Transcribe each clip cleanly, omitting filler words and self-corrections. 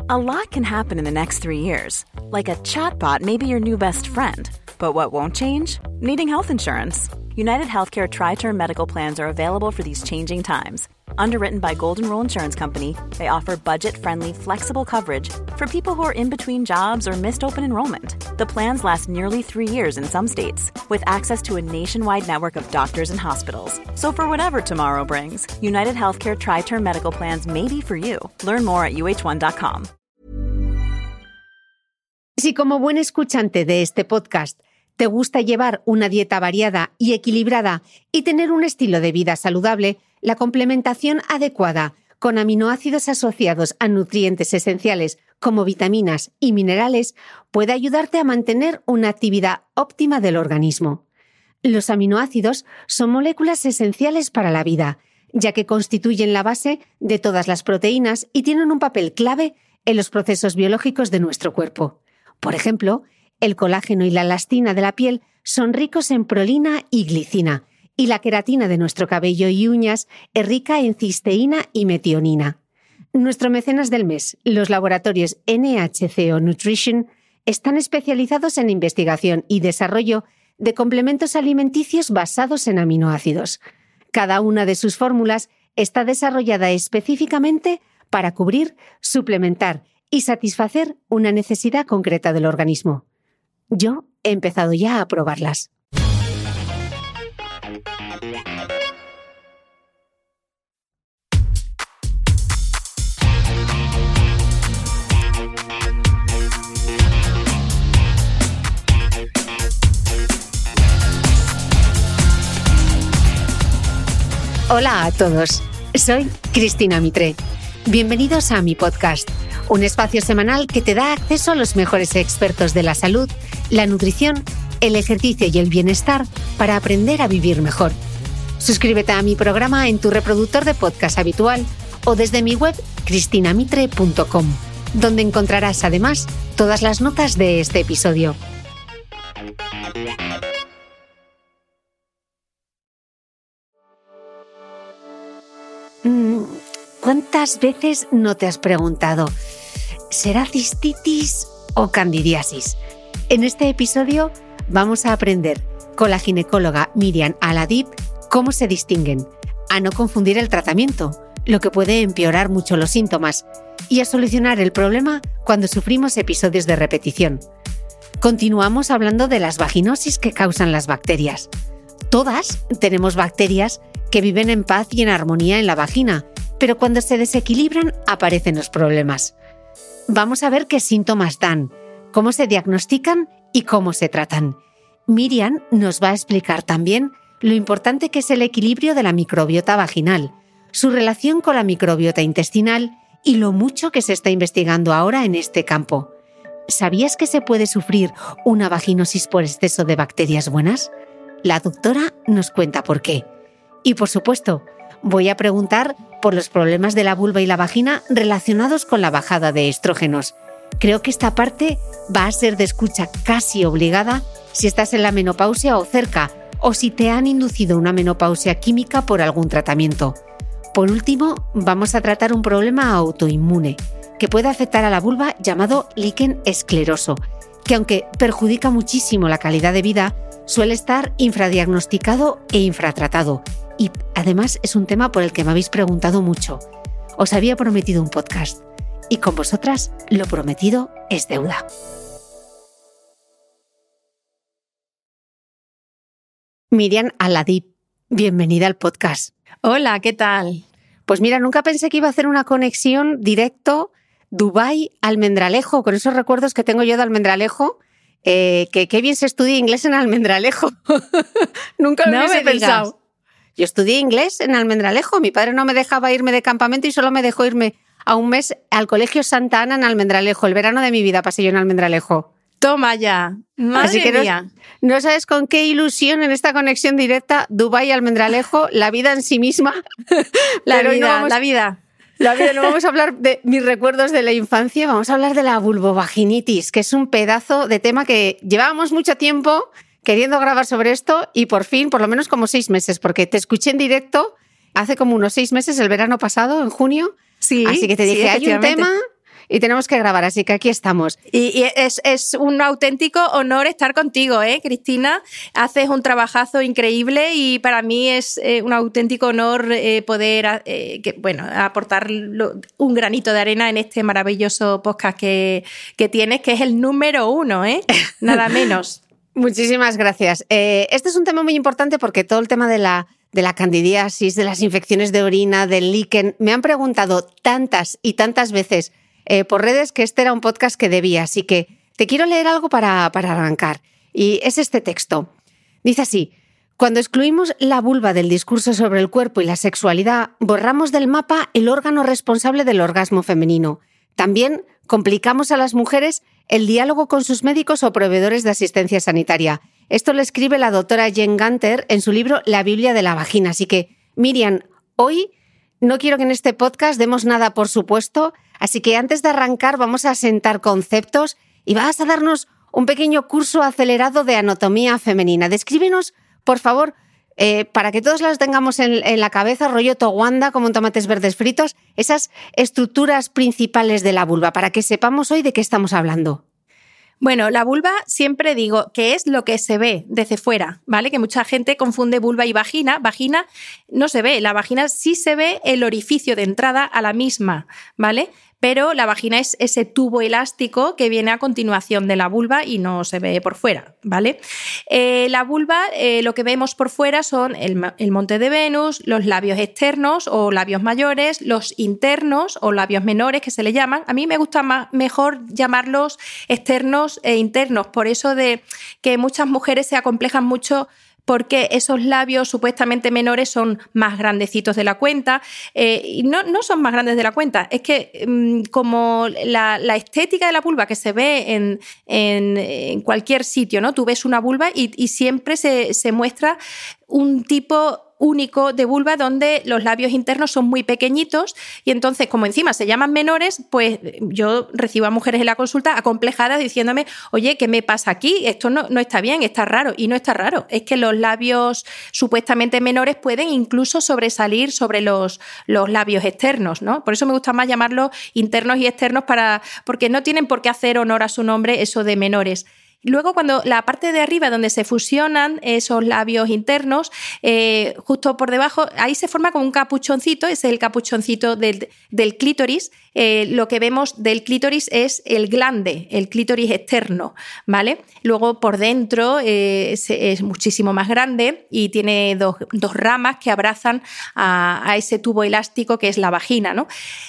A lot can happen in the next 3 years. Like a chatbot may be your new best friend. But what won't change? Needing health insurance. United Healthcare Tri-Term Medical Plans are available for these changing times. Underwritten by Golden Rule Insurance Company, they offer budget-friendly, flexible coverage for people who are in between jobs or missed open enrollment. The plans last nearly 3 years in some states, with access to a nationwide network of doctors and hospitals. So for whatever tomorrow brings, United Healthcare Tri-Term Medical Plans may be for you. Learn more at uh1.com. Si como buen escuchante de este podcast te gusta llevar una dieta variada y equilibrada y tener un estilo de vida saludable, la complementación adecuada con aminoácidos asociados a nutrientes esenciales como vitaminas y minerales puede ayudarte a mantener una actividad óptima del organismo. Los aminoácidos son moléculas esenciales para la vida, ya que constituyen la base de todas las proteínas y tienen un papel clave en los procesos biológicos de nuestro cuerpo. Por ejemplo, el colágeno y la elastina de la piel son ricos en prolina y glicina, y la queratina de nuestro cabello y uñas es rica en cisteína y metionina. Nuestro mecenas del mes, los laboratorios NHCO Nutrition, están especializados en investigación y desarrollo de complementos alimenticios basados en aminoácidos. Cada una de sus fórmulas está desarrollada específicamente para cubrir, suplementar y satisfacer una necesidad concreta del organismo. Yo he empezado ya a probarlas. Hola a todos, soy Cristina Mitre. Bienvenidos a mi podcast, un espacio semanal que te da acceso a los mejores expertos de la salud, la nutrición, el ejercicio y el bienestar para aprender a vivir mejor. Suscríbete a mi programa en tu reproductor de podcast habitual o desde mi web cristinamitre.com, donde encontrarás además todas las notas de este episodio. ¿Cuántas veces no te has preguntado, ¿será cistitis o candidiasis? En este episodio vamos a aprender con la ginecóloga Miriam Al-Adib cómo se distinguen, a no confundir el tratamiento, lo que puede empeorar mucho los síntomas, y a solucionar el problema cuando sufrimos episodios de repetición. Continuamos hablando de las vaginosis que causan las bacterias. Todas tenemos bacterias que viven en paz y en armonía en la vagina, pero cuando se desequilibran aparecen los problemas. Vamos a ver qué síntomas dan, cómo se diagnostican y cómo se tratan. Miriam nos va a explicar también lo importante que es el equilibrio de la microbiota vaginal, su relación con la microbiota intestinal y lo mucho que se está investigando ahora en este campo. ¿Sabías que se puede sufrir una vaginosis por exceso de bacterias buenas? La doctora nos cuenta por qué. Y por supuesto, voy a preguntar por los problemas de la vulva y la vagina relacionados con la bajada de estrógenos. Creo que esta parte va a ser de escucha casi obligada si estás en la menopausia o cerca, o si te han inducido una menopausia química por algún tratamiento. Por último, vamos a tratar un problema autoinmune que puede afectar a la vulva llamado líquen escleroso, que aunque perjudica muchísimo la calidad de vida, suele estar infradiagnosticado e infratratado. Y además es un tema por el que me habéis preguntado mucho. Os había prometido un podcast y con vosotras lo prometido es deuda. Miriam Al-Adib, bienvenida al podcast. Hola, ¿qué tal? Pues mira, nunca pensé que iba a hacer una conexión directo Dubái-Almendralejo, con esos recuerdos que tengo yo de Almendralejo. Que qué bien se estudia inglés en Almendralejo. Nunca lo hubiese pensado. Yo estudié inglés en Almendralejo. Mi padre no me dejaba irme de campamento y solo me dejó irme a un mes al Colegio Santa Ana en Almendralejo. El verano de mi vida pasé yo en Almendralejo. Toma ya. Madre Así que mía. No sabes con qué ilusión en esta conexión directa Dubái-Almendralejo, la vida en sí misma. La vida. No vamos a hablar de mis recuerdos de la infancia, vamos a hablar de la vulvovaginitis, que es un pedazo de tema que llevábamos mucho tiempo queriendo grabar sobre esto y por fin, por lo menos como 6 meses, porque te escuché en directo hace como unos 6 meses, el verano pasado, en junio. Sí. Así que te dije, hay un tema y tenemos que grabar, así que aquí estamos. Y es un auténtico honor estar contigo, Cristina. Haces un trabajazo increíble y para mí es un auténtico honor poder aportar un granito de arena en este maravilloso podcast que tienes, que es el número 1, nada menos. Muchísimas gracias. Este es un tema muy importante porque todo el tema de la candidiasis, de las infecciones de orina, del líquen, me han preguntado tantas y tantas veces por redes que este era un podcast que debía, así que te quiero leer algo para arrancar. Y es este texto. Dice así: cuando excluimos la vulva del discurso sobre el cuerpo y la sexualidad, borramos del mapa el órgano responsable del orgasmo femenino. También complicamos a las mujeres el diálogo con sus médicos o proveedores de asistencia sanitaria. Esto lo escribe la doctora Jen Gunter en su libro La Biblia de la Vagina. Así que, Miriam, hoy no quiero que en este podcast demos nada por supuesto, así que antes de arrancar vamos a sentar conceptos y vas a darnos un pequeño curso acelerado de anatomía femenina. Descríbenos, por favor, para que todos las tengamos en la cabeza, rollo Towanda, como en tomates verdes fritos, esas estructuras principales de la vulva, para que sepamos hoy de qué estamos hablando. Bueno, la vulva siempre digo que es lo que se ve desde fuera, ¿vale? Que mucha gente confunde vulva y vagina. Vagina no se ve, la vagina sí se ve el orificio de entrada a la misma, ¿vale? Pero la vagina es ese tubo elástico que viene a continuación de la vulva y no se ve por fuera, ¿vale? La vulva, lo que vemos por fuera son el monte de Venus, los labios externos o labios mayores, los internos o labios menores que se le llaman. A mí me gusta mejor llamarlos externos e internos, por eso de que muchas mujeres se acomplejan mucho porque esos labios supuestamente menores son más grandecitos de la cuenta. Y no son más grandes de la cuenta, es que como la estética de la vulva que se ve en cualquier sitio, ¿no? Tú ves una vulva y siempre se muestra un tipo único de vulva donde los labios internos son muy pequeñitos y entonces, como encima se llaman menores, pues yo recibo a mujeres en la consulta acomplejadas diciéndome: oye, ¿qué me pasa aquí? Esto no está bien, está raro. Y no está raro, es que los labios supuestamente menores pueden incluso sobresalir sobre los labios externos, ¿no? Por eso me gusta más llamarlos internos y externos porque no tienen por qué hacer honor a su nombre eso de menores. Luego, cuando la parte de arriba donde se fusionan esos labios internos, justo por debajo, ahí se forma como un capuchoncito, ese es el capuchoncito del clítoris. Lo que vemos del clítoris es el glande, el clítoris externo, ¿vale? Luego por dentro es muchísimo más grande y tiene dos ramas que abrazan a ese tubo elástico que es la vagina, ¿no?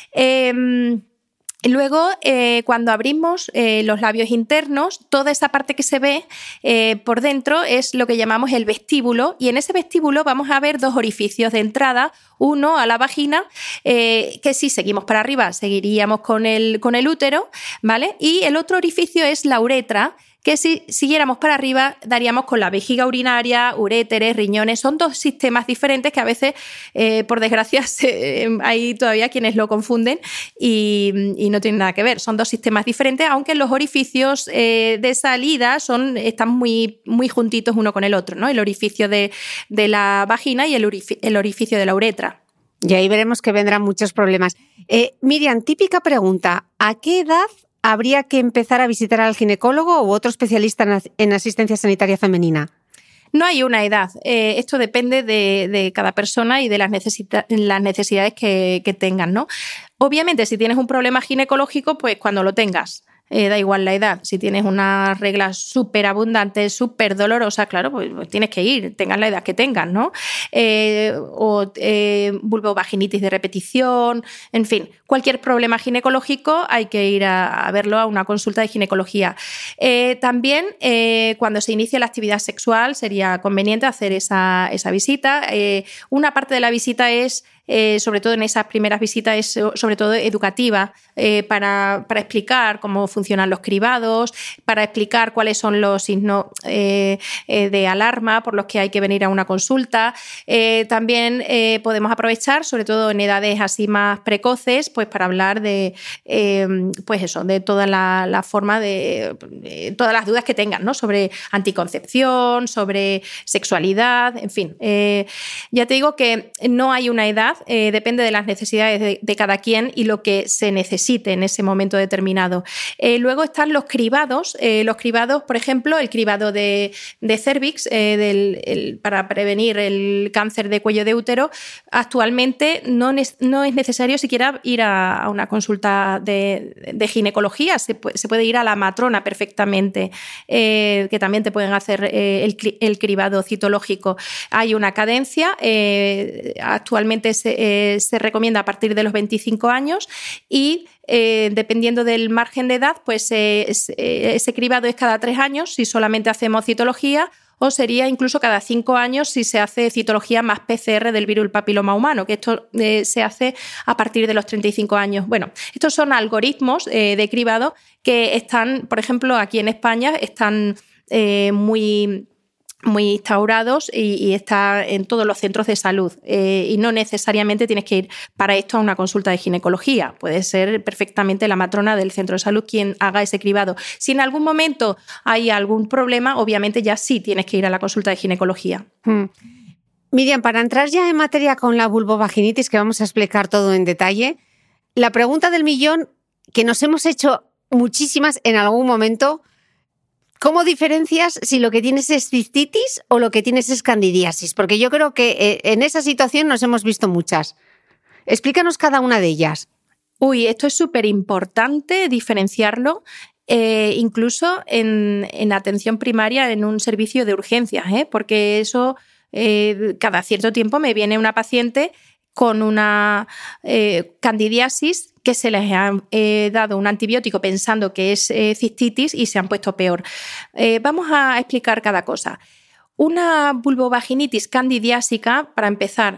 Luego, cuando abrimos los labios internos, toda esa parte que se ve por dentro es lo que llamamos el vestíbulo, y en ese vestíbulo vamos a ver dos orificios de entrada, uno a la vagina, que si seguimos para arriba seguiríamos con el útero, ¿vale? Y el otro orificio es la uretra, que si siguiéramos para arriba daríamos con la vejiga urinaria, uréteres, riñones. Son dos sistemas diferentes que a veces, por desgracia, hay todavía quienes lo confunden y no tienen nada que ver. Son dos sistemas diferentes, aunque los orificios de salida están muy, muy juntitos uno con el otro, ¿no? El orificio de la vagina y el orificio de la uretra. Y ahí veremos que vendrán muchos problemas. Miriam, típica pregunta: ¿a qué edad habría que empezar a visitar al ginecólogo u otro especialista en asistencia sanitaria femenina? No hay una edad. Esto depende de cada persona y de las necesidades que tengan, ¿no? Obviamente, si tienes un problema ginecológico, pues cuando lo tengas. Da igual la edad. Si tienes una regla súper abundante, súper dolorosa, claro, pues tienes que ir, tengas la edad que tengas, ¿no? Vulvovaginitis de repetición, en fin, cualquier problema ginecológico hay que ir a verlo a una consulta de ginecología. También, cuando se inicia la actividad sexual, sería conveniente hacer esa visita. Una parte de la visita es, sobre todo en esas primeras visitas, es sobre todo educativa, para explicar cómo funcionan los cribados, para explicar cuáles son los signos de alarma por los que hay que venir a una consulta. También podemos aprovechar, sobre todo en edades así más precoces, pues pues para hablar de, pues eso, de toda la forma de todas las dudas que tengan, ¿no? Sobre anticoncepción, sobre sexualidad, en fin. Ya te digo que no hay una edad, depende de las necesidades de cada quien y lo que se necesite en ese momento determinado. Luego están los cribados. Los cribados, por ejemplo, el cribado de cervix para prevenir el cáncer de cuello de útero, actualmente no es necesario siquiera ir a una consulta de ginecología, se puede ir a la matrona perfectamente, que también te pueden hacer el cribado citológico. Hay una cadencia, actualmente se recomienda a partir de los 25 años y dependiendo del margen de edad, pues ese cribado es cada 3 años si solamente hacemos citología, o sería incluso cada 5 años si se hace citología más PCR del virus del papiloma humano, que esto se hace a partir de los 35 años. Bueno, estos son algoritmos de cribado que están, por ejemplo, aquí en España, están muy instaurados y está en todos los centros de salud. Y no necesariamente tienes que ir para esto a una consulta de ginecología. Puede ser perfectamente la matrona del centro de salud quien haga ese cribado. Si en algún momento hay algún problema, obviamente ya sí tienes que ir a la consulta de ginecología. Miriam, para entrar ya en materia con la vulvovaginitis, que vamos a explicar todo en detalle, la pregunta del millón que nos hemos hecho muchísimas en algún momento: ¿cómo diferencias si lo que tienes es cistitis o lo que tienes es candidiasis? Porque yo creo que en esa situación nos hemos visto muchas. Explícanos cada una de ellas. Esto es súper importante diferenciarlo, incluso en atención primaria, en un servicio de urgencias, porque eso cada cierto tiempo me viene una paciente con una candidiasis que se les ha dado un antibiótico pensando que es cistitis y se han puesto peor. Vamos a explicar cada cosa. Una vulvovaginitis candidiásica, para empezar,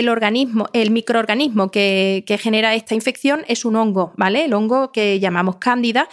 el microorganismo que genera esta infección es un hongo, ¿vale? El hongo que llamamos cándida.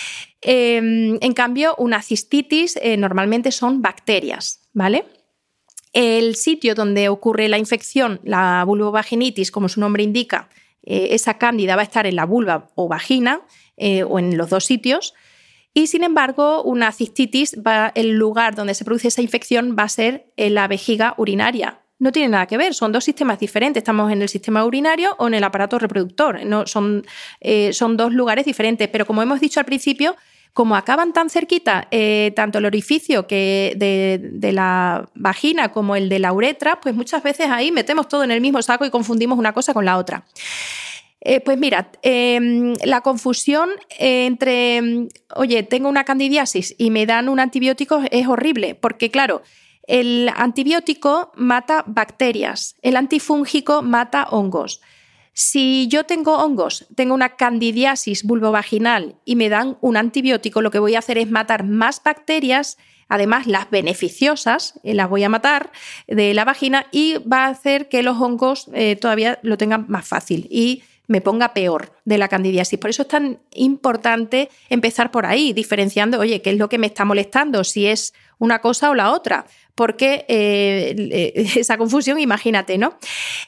En cambio, una cistitis normalmente son bacterias, ¿vale? El sitio donde ocurre la infección, la vulvovaginitis, como su nombre indica, esa cándida va a estar en la vulva o vagina o en los dos sitios, y sin embargo una cistitis, el lugar donde se produce esa infección va a ser en la vejiga urinaria. No tiene nada que ver, son dos sistemas diferentes, estamos en el sistema urinario o en el aparato reproductor, no, son dos lugares diferentes, pero como hemos dicho al principio, como acaban tan cerquita, tanto el orificio de la vagina como el de la uretra, pues muchas veces ahí metemos todo en el mismo saco y confundimos una cosa con la otra. Pues mira, la confusión entre, oye, tengo una candidiasis y me dan un antibiótico es horrible, porque claro, el antibiótico mata bacterias, el antifúngico mata hongos. Si yo tengo hongos, tengo una candidiasis vulvovaginal y me dan un antibiótico, lo que voy a hacer es matar más bacterias, además las beneficiosas, las voy a matar de la vagina y va a hacer que los hongos todavía lo tengan más fácil y me ponga peor de la candidiasis. Por eso es tan importante empezar por ahí, diferenciando, oye, ¿qué es lo que me está molestando? Si es una cosa o la otra, porque esa confusión, imagínate, ¿no?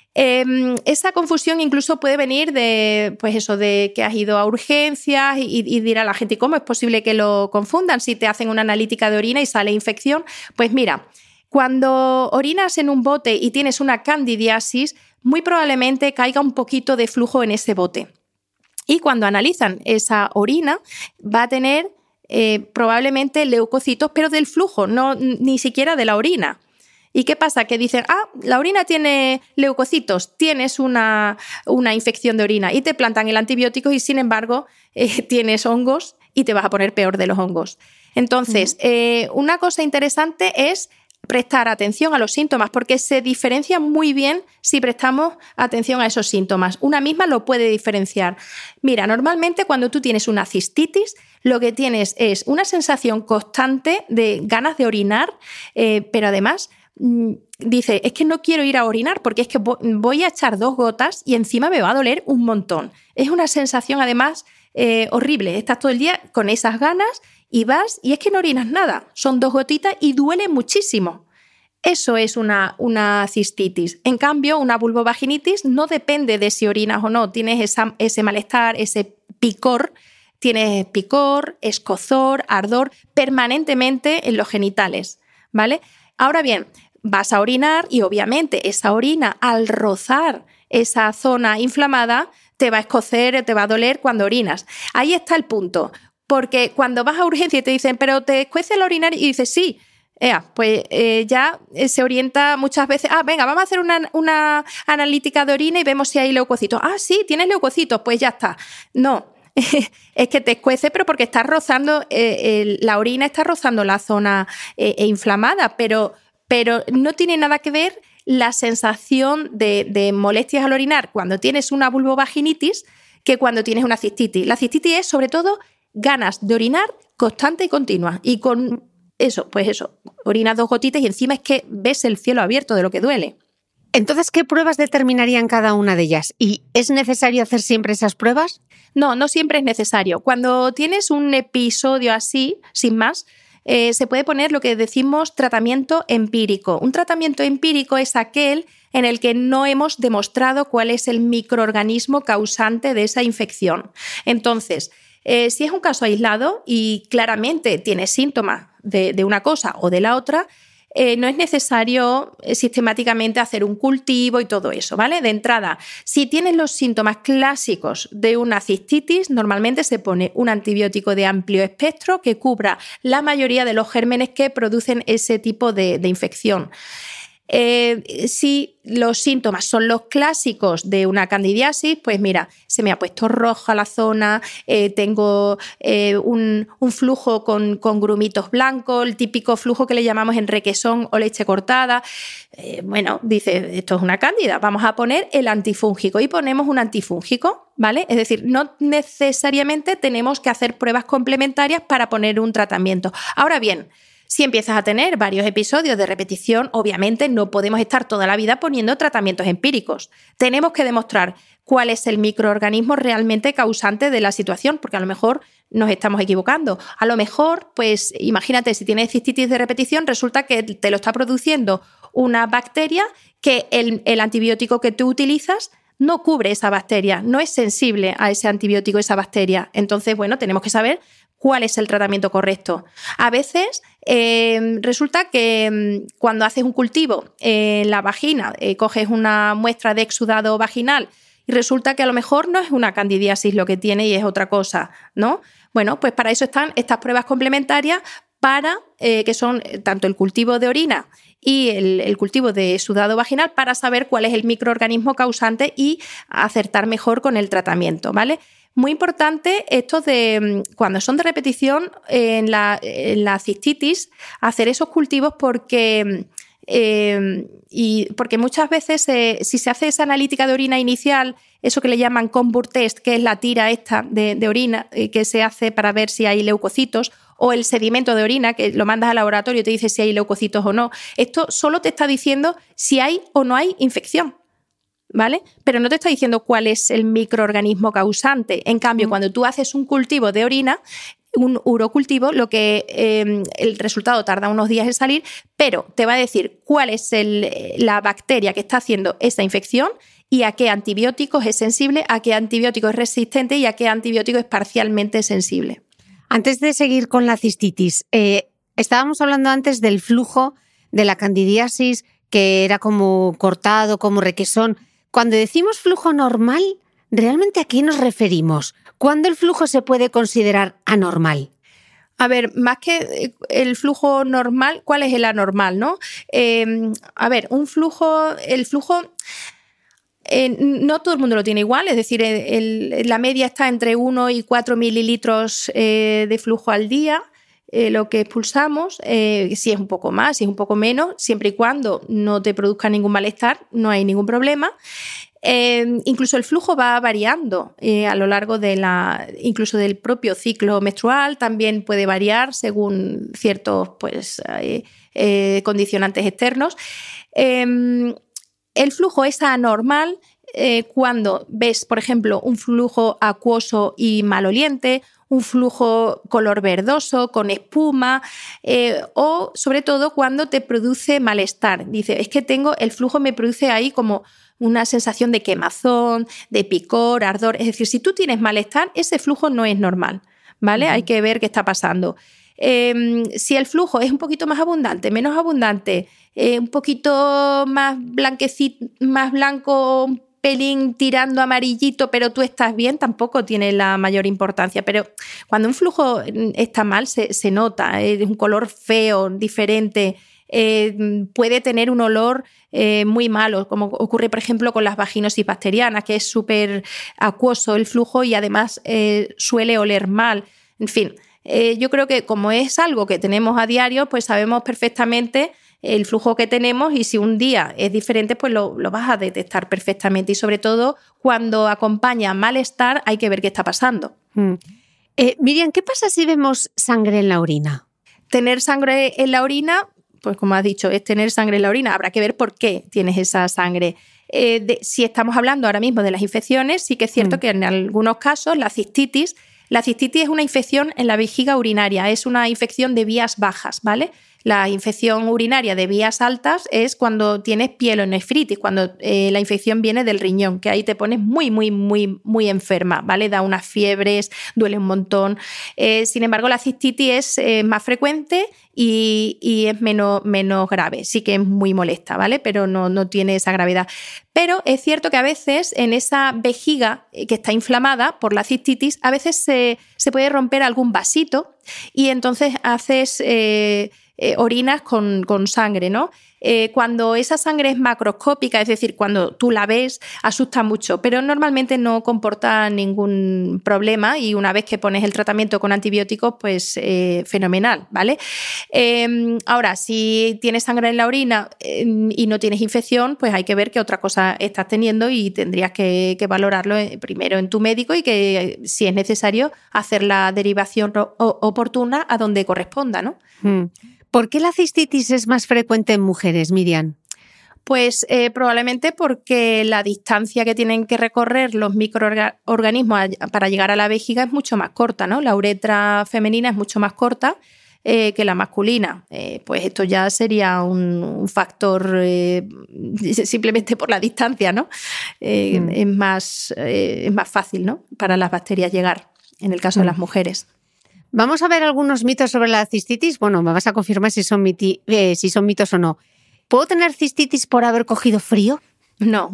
Esa confusión incluso puede venir de, pues eso, de que has ido a urgencias y dirá la gente, ¿cómo es posible que lo confundan si te hacen una analítica de orina y sale infección? Pues mira, cuando orinas en un bote y tienes una candidiasis, muy probablemente caiga un poquito de flujo en ese bote. Y cuando analizan esa orina, va a tener probablemente leucocitos, pero del flujo, no ni siquiera de la orina. ¿Y qué pasa? Que dicen, la orina tiene leucocitos, tienes una infección de orina y te plantan el antibiótico y sin embargo tienes hongos y te vas a poner peor de los hongos. Entonces, una cosa interesante es prestar atención a los síntomas, porque se diferencia muy bien si prestamos atención a esos síntomas. Una misma lo puede diferenciar. Mira, normalmente cuando tú tienes una cistitis, lo que tienes es una sensación constante de ganas de orinar, pero además dice, es que no quiero ir a orinar porque es que voy a echar 2 gotas y encima me va a doler un montón. Es una sensación además horrible. Estás todo el día con esas ganas y vas y es que no orinas nada. Son 2 gotitas y duele muchísimo. Eso es una cistitis. En cambio, una vulvovaginitis no depende de si orinas o no. Tienes ese malestar, ese picor. Tienes picor, escozor, ardor permanentemente en los genitales, ¿vale? Ahora bien, vas a orinar y obviamente esa orina al rozar esa zona inflamada te va a escocer, te va a doler cuando orinas. Ahí está el punto, porque cuando vas a urgencia y te dicen, pero te escuece el orinar y dices sí, pues ya se orienta muchas veces, venga, vamos a hacer una analítica de orina y vemos si hay leucocitos. Sí, tienes leucocitos, pues ya está. No, es que te escuece, pero porque estás rozando, la orina está rozando la zona inflamada, pero no tiene nada que ver la sensación de molestias al orinar cuando tienes una vulvovaginitis que cuando tienes una cistitis. La cistitis es sobre todo ganas de orinar constante y continua, y con eso, orinas 2 gotitas y encima es que ves el cielo abierto de lo que duele. Entonces, ¿qué pruebas determinarían cada una de ellas? ¿Y es necesario hacer siempre esas pruebas? No siempre es necesario. Cuando tienes un episodio así, sin más, se puede poner lo que decimos tratamiento empírico. Un tratamiento empírico es aquel en el que no hemos demostrado cuál es el microorganismo causante de esa infección. Entonces, si es un caso aislado y claramente tienes síntomas de una cosa o de la otra, no es necesario sistemáticamente hacer un cultivo y todo eso, ¿vale? De entrada, si tienes los síntomas clásicos de una cistitis, normalmente se pone un antibiótico de amplio espectro que cubra la mayoría de los gérmenes que producen ese tipo de infección. Si los síntomas son los clásicos de una candidiasis, pues mira, se me ha puesto roja la zona, tengo un flujo con grumitos blancos, el típico flujo que le llamamos en requesón o leche cortada. Dice, esto es una cándida, vamos a poner el antifúngico y ponemos un antifúngico, ¿vale? Es decir, no necesariamente tenemos que hacer pruebas complementarias para poner un tratamiento. Ahora bien, si empiezas a tener varios episodios de repetición, obviamente no podemos estar toda la vida poniendo tratamientos empíricos. Tenemos que demostrar cuál es el microorganismo realmente causante de la situación, porque a lo mejor nos estamos equivocando. A lo mejor, pues imagínate, si tienes cistitis de repetición, resulta que te lo está produciendo una bacteria que el antibiótico que tú utilizas no cubre esa bacteria, no es sensible a ese antibiótico, esa bacteria. Entonces, tenemos que saber cuál es el tratamiento correcto. A veces resulta que cuando haces un cultivo en la vagina, coges una muestra de exudado vaginal y resulta que a lo mejor no es una candidiasis lo que tiene y es otra cosa, ¿no? Pues para eso están estas pruebas complementarias que son tanto el cultivo de orina y el cultivo de exudado vaginal para saber cuál es el microorganismo causante y acertar mejor con el tratamiento, ¿vale? Muy importante esto de cuando son de repetición en la cistitis, hacer esos cultivos porque muchas veces si se hace esa analítica de orina inicial, eso que le llaman Conburt test, que es la tira esta de orina que se hace para ver si hay leucocitos, o el sedimento de orina, que lo mandas al laboratorio y te dice si hay leucocitos o no, esto solo te está diciendo si hay o no hay infección, ¿vale? Pero no te está diciendo cuál es el microorganismo causante. En cambio, cuando tú haces un cultivo de orina, un urocultivo, el resultado tarda unos días en salir, pero te va a decir cuál es la bacteria que está haciendo esa infección y a qué antibióticos es sensible, a qué antibiótico es resistente y a qué antibiótico es parcialmente sensible. Antes de seguir con la cistitis, estábamos hablando antes del flujo de la candidiasis, que era como cortado, como requesón. Cuando decimos flujo normal, ¿realmente a qué nos referimos? ¿Cuándo el flujo se puede considerar anormal? A ver, más que el flujo normal, ¿cuál es el anormal, no? El flujo... no todo el mundo lo tiene igual, es decir, la media está entre 1 y 4 mililitros de flujo al día, lo que expulsamos, si es un poco más, si es un poco menos, siempre y cuando no te produzca ningún malestar, no hay ningún problema. Incluso el flujo va variando a lo largo incluso del propio ciclo menstrual, también puede variar según ciertos condicionantes externos. El flujo es anormal cuando ves, por ejemplo, un flujo acuoso y maloliente, un flujo color verdoso, con espuma, o sobre todo cuando te produce malestar. Dice, es que el flujo me produce ahí como una sensación de quemazón, de picor, ardor. Es decir, si tú tienes malestar, ese flujo no es normal, ¿vale? Hay que ver qué está pasando. Si el flujo es un poquito más abundante, menos abundante, un poquito más blanquecito, más blanco, un pelín tirando amarillito, pero tú estás bien, tampoco tiene la mayor importancia. Pero cuando un flujo está mal, se nota, es un color feo, diferente, puede tener un olor muy malo, como ocurre, por ejemplo, con las vaginosis bacterianas, que es súper acuoso el flujo y además suele oler mal. En fin, yo creo que como es algo que tenemos a diario, pues sabemos perfectamente el flujo que tenemos y si un día es diferente, pues lo vas a detectar perfectamente y sobre todo cuando acompaña malestar hay que ver qué está pasando. Miriam, ¿qué pasa si vemos sangre en la orina? Tener sangre en la orina, pues como has dicho, es tener sangre en la orina. Habrá que ver por qué tienes esa sangre. Si estamos hablando ahora mismo de las infecciones, sí que es cierto que en algunos casos la cistitis es una infección en la vejiga urinaria, es una infección de vías bajas, ¿vale? La infección urinaria de vías altas es cuando tienes pielonefritis, cuando la infección viene del riñón, que ahí te pones muy, muy, muy, muy enferma, ¿vale? Da unas fiebres, duele un montón. Sin embargo, la cistitis es más frecuente y es menos grave. Sí que es muy molesta, ¿vale? Pero no tiene esa gravedad. Pero es cierto que a veces en esa vejiga que está inflamada por la cistitis, a veces se puede romper algún vasito y entonces haces orinas con sangre, ¿no? Cuando esa sangre es macroscópica, es decir, cuando tú la ves, asusta mucho, pero normalmente no comporta ningún problema y una vez que pones el tratamiento con antibióticos, pues fenomenal, ¿vale? Ahora, si tienes sangre en la orina y no tienes infección, pues hay que ver qué otra cosa estás teniendo y tendrías que valorarlo primero en tu médico y que, si es necesario, hacer la derivación oportuna a donde corresponda, ¿no? ¿Por qué la cistitis es más frecuente en mujeres, Miriam? Pues probablemente porque la distancia que tienen que recorrer los microorganismos para llegar a la vejiga es mucho más corta, ¿no? La uretra femenina es mucho más corta que la masculina. Pues esto ya sería un factor simplemente por la distancia, ¿no? Es más fácil, ¿no? Para las bacterias llegar, en el caso de las mujeres. Vamos a ver algunos mitos sobre la cistitis. Bueno, me vas a confirmar si son mitos o no. ¿Puedo tener cistitis por haber cogido frío? No,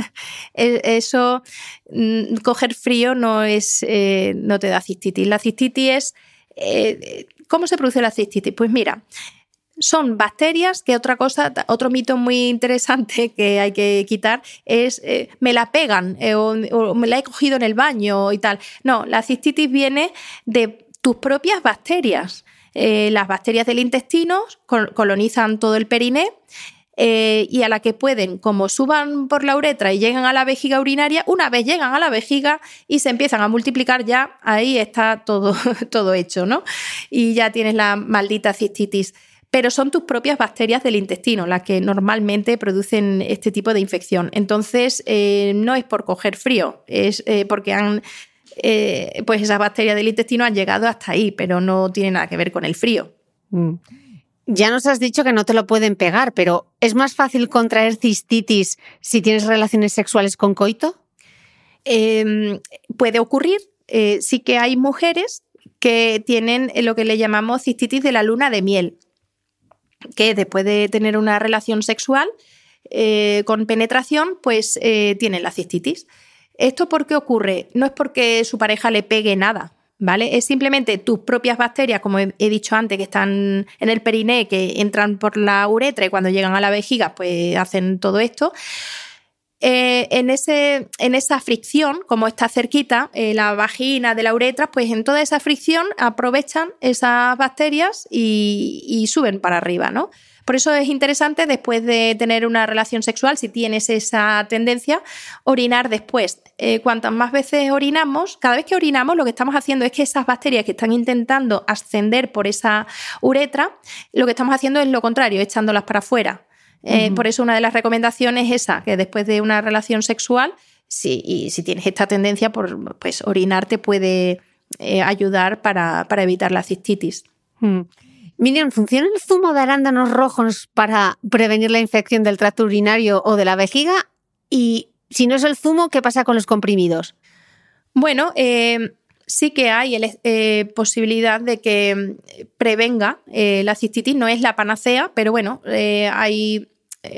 eso, coger frío no te da cistitis. La cistitis es... ¿Cómo se produce la cistitis? Pues mira, son bacterias que otro mito muy interesante que hay que quitar es me la pegan o me la he cogido en el baño y tal. No, la cistitis viene de tus propias bacterias. Las bacterias del intestino colonizan todo el periné y a la que pueden, como suban por la uretra y llegan a la vejiga urinaria, una vez llegan a la vejiga y se empiezan a multiplicar, ya ahí está todo hecho, ¿no? Y ya tienes la maldita cistitis. Pero son tus propias bacterias del intestino las que normalmente producen este tipo de infección. Entonces, no es por coger frío, es porque pues esas bacterias del intestino han llegado hasta ahí, pero no tiene nada que ver con el frío. Ya nos has dicho que no te lo pueden pegar, pero ¿es más fácil contraer cistitis si tienes relaciones sexuales con coito? Puede ocurrir. Sí que hay mujeres que tienen lo que le llamamos cistitis de la luna de miel, que después de tener una relación sexual con penetración, pues tienen la cistitis. ¿Esto por qué ocurre? No es porque su pareja le pegue nada, ¿vale? Es simplemente tus propias bacterias, como he dicho antes, que están en el periné, que entran por la uretra y cuando llegan a la vejiga, pues hacen todo esto. En esa fricción, como está cerquita, la vagina de la uretra, pues en toda esa fricción aprovechan esas bacterias y suben para arriba, ¿no? Por eso es interesante, después de tener una relación sexual, si tienes esa tendencia, orinar después. Cuantas más veces orinamos, cada vez que orinamos, lo que estamos haciendo es que esas bacterias que están intentando ascender por esa uretra, lo que estamos haciendo es lo contrario, echándolas para afuera. Por eso una de las recomendaciones es esa, que después de una relación sexual, si tienes esta tendencia, pues orinar te puede ayudar para evitar la cistitis. Miriam, ¿funciona el zumo de arándanos rojos para prevenir la infección del tracto urinario o de la vejiga? Y si no es el zumo, ¿qué pasa con los comprimidos? Bueno, sí que hay posibilidad de que prevenga la cistitis. No es la panacea, pero bueno, hay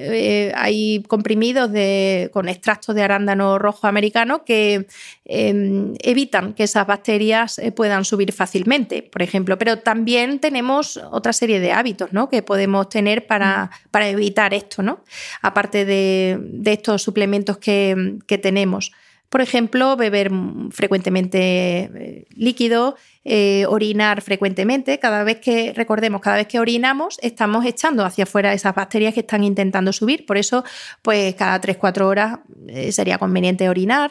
comprimidos con extractos de arándano rojo americano que evitan que esas bacterias puedan subir fácilmente, por ejemplo. Pero también tenemos otra serie de hábitos, ¿no?, que podemos tener para evitar esto, ¿no?, aparte de estos suplementos que tenemos. Por ejemplo, beber frecuentemente líquido, orinar frecuentemente. Cada vez que orinamos, estamos echando hacia afuera esas bacterias que están intentando subir. Por eso, pues cada 3-4 horas sería conveniente orinar.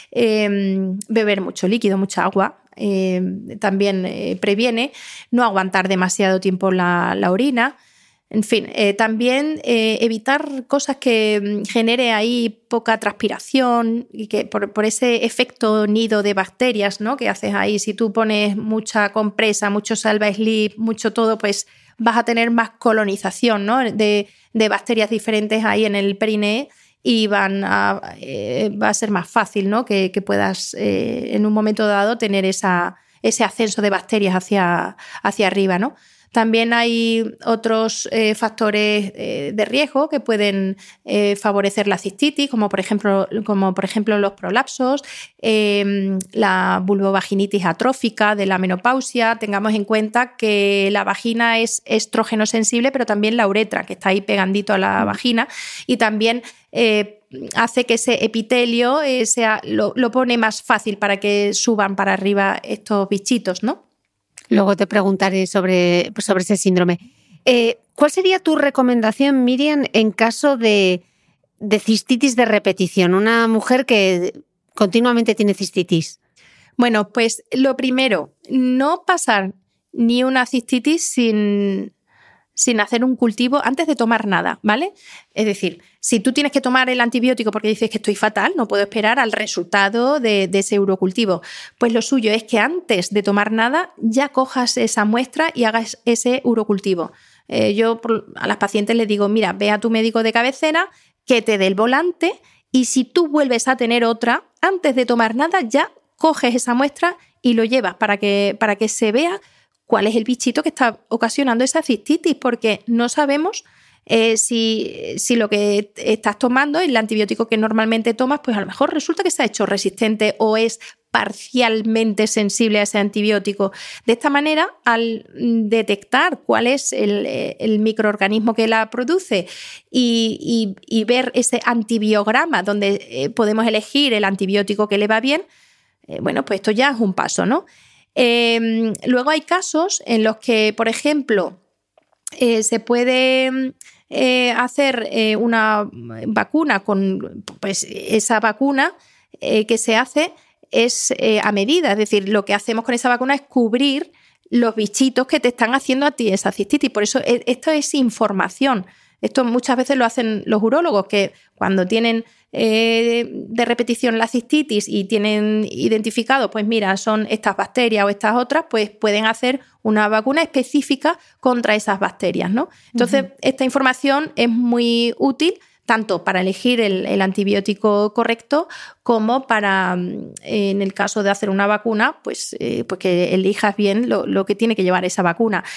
Beber mucho líquido, mucha agua. También previene no aguantar demasiado tiempo la orina. En fin, también evitar cosas que genere ahí poca transpiración y que por ese efecto nido de bacterias, ¿no?, que haces ahí. Si tú pones mucha compresa, mucho salva slip, mucho todo, pues vas a tener más colonización, ¿no?, de bacterias diferentes ahí en el perineo y va a ser más fácil, ¿no?, que puedas en un momento dado tener ese ascenso de bacterias hacia arriba, ¿no? También hay otros factores de riesgo que pueden favorecer la cistitis, como por ejemplo los prolapsos, la vulvovaginitis atrófica de la menopausia. Tengamos en cuenta que la vagina es estrógeno sensible, pero también la uretra, que está ahí pegandito a la vagina, y también hace que ese epitelio lo pone más fácil para que suban para arriba estos bichitos, ¿no? Luego te preguntaré sobre ese síndrome. ¿Cuál sería tu recomendación, Miriam, en caso de cistitis de repetición? Una mujer que continuamente tiene cistitis. Bueno, pues lo primero, no pasar ni una cistitis sin hacer un cultivo antes de tomar nada, ¿vale? Es decir, si tú tienes que tomar el antibiótico porque dices que estoy fatal, no puedo esperar al resultado de ese urocultivo, pues lo suyo es que antes de tomar nada ya cojas esa muestra y hagas ese urocultivo. Yo a las pacientes les digo, mira, ve a tu médico de cabecera que te dé el volante y si tú vuelves a tener otra, antes de tomar nada ya coges esa muestra y lo llevas para que se vea cuál es el bichito que está ocasionando esa cistitis, porque no sabemos si lo que estás tomando, el antibiótico que normalmente tomas, pues a lo mejor resulta que se ha hecho resistente o es parcialmente sensible a ese antibiótico. De esta manera, al detectar cuál es el microorganismo que la produce y ver ese antibiograma donde podemos elegir el antibiótico que le va bien, bueno, pues esto ya es un paso, ¿no? Luego hay casos en los que, por ejemplo, se puede hacer una vacuna pues esa vacuna que se hace es a medida, es decir, lo que hacemos con esa vacuna es cubrir los bichitos que te están haciendo a ti esa cistitis. Por eso esto es información. Esto muchas veces lo hacen los urólogos, que cuando tienen de repetición la cistitis y tienen identificado, pues mira, son estas bacterias o estas otras, pues pueden hacer una vacuna específica contra esas bacterias, ¿no? Entonces, esta información es muy útil tanto para elegir el antibiótico correcto como para, en el caso de hacer una vacuna, pues que elijas bien lo que tiene que llevar esa vacuna.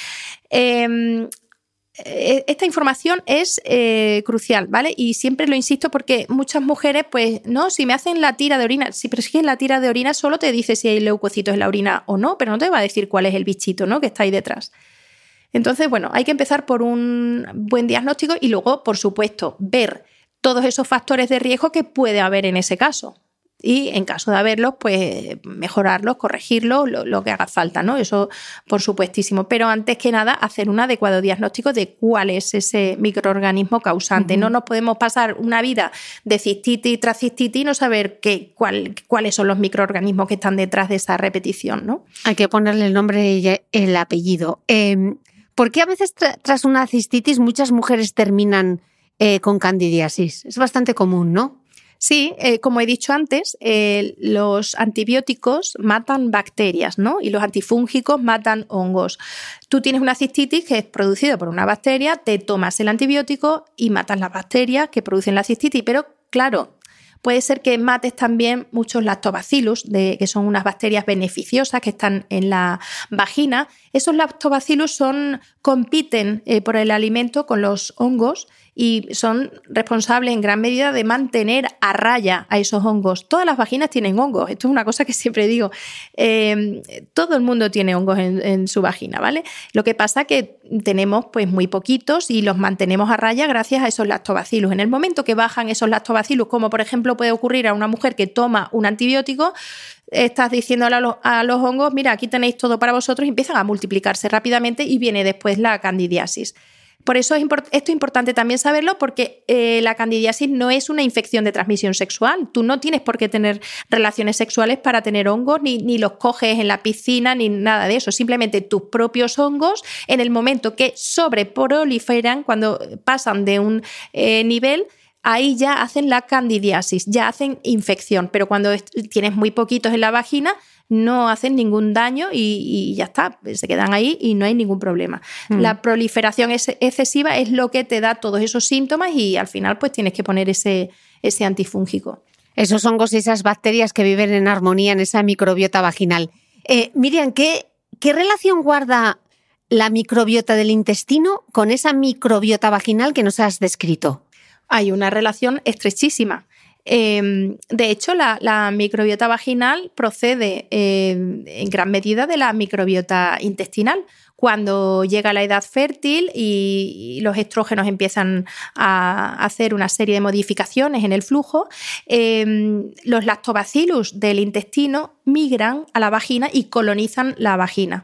Esta información es crucial, ¿vale? Y siempre lo insisto porque muchas mujeres, pues, no, si me hacen la tira de orina, sí, pero es que la tira de orina solo te dice si hay leucocitos en la orina o no, pero no te va a decir cuál es el bichito, ¿no?, que está ahí detrás. Entonces, bueno, hay que empezar por un buen diagnóstico y luego, por supuesto, ver todos esos factores de riesgo que puede haber en ese caso. Y en caso de haberlos, pues mejorarlos, corregirlos, lo que haga falta, ¿no? Eso por supuestísimo. Pero antes que nada, hacer un adecuado diagnóstico de cuál es ese microorganismo causante. No nos podemos pasar una vida de cistitis tras cistitis y no saber cuáles son los microorganismos que están detrás de esa repetición, ¿no? Hay que ponerle el nombre y el apellido. ¿Por qué a veces tras una cistitis muchas mujeres terminan con candidiasis? Es bastante común, ¿no? Sí, como he dicho antes, los antibióticos matan bacterias, ¿no? Y los antifúngicos matan hongos. Tú tienes una cistitis que es producida por una bacteria, te tomas el antibiótico y matas las bacterias que producen la cistitis, pero claro, puede ser que mates también muchos lactobacillus, que son unas bacterias beneficiosas que están en la vagina. Esos lactobacillus compiten por el alimento con los hongos y son responsables en gran medida de mantener a raya a esos hongos. Todas las vaginas tienen hongos, esto es una cosa que siempre digo. Todo el mundo tiene hongos en su vagina, ¿vale? Lo que pasa es que tenemos pues muy poquitos y los mantenemos a raya gracias a esos lactobacillus. En el momento que bajan esos lactobacillus, como por ejemplo puede ocurrir a una mujer que toma un antibiótico, estás diciéndole a los hongos, mira, aquí tenéis todo para vosotros, y empiezan a multiplicarse rápidamente y viene después la candidiasis. Por eso esto es importante también saberlo, porque la candidiasis no es una infección de transmisión sexual. Tú no tienes por qué tener relaciones sexuales para tener hongos, ni los coges en la piscina, ni nada de eso. Simplemente tus propios hongos, en el momento que sobreproliferan, cuando pasan de un nivel, ahí ya hacen la candidiasis, ya hacen infección. Pero cuando tienes muy poquitos en la vagina, no hacen ningún daño y ya está, se quedan ahí y no hay ningún problema. La proliferación excesiva es lo que te da todos esos síntomas y al final pues tienes que poner ese antifúngico. Esos hongos y esas bacterias que viven en armonía en esa microbiota vaginal. Miriam, ¿qué relación guarda la microbiota del intestino con esa microbiota vaginal que nos has descrito? Hay una relación estrechísima. De hecho, la microbiota vaginal procede en gran medida de la microbiota intestinal. Cuando llega la edad fértil y los estrógenos empiezan a hacer una serie de modificaciones en el flujo, los lactobacillus del intestino migran a la vagina y colonizan la vagina.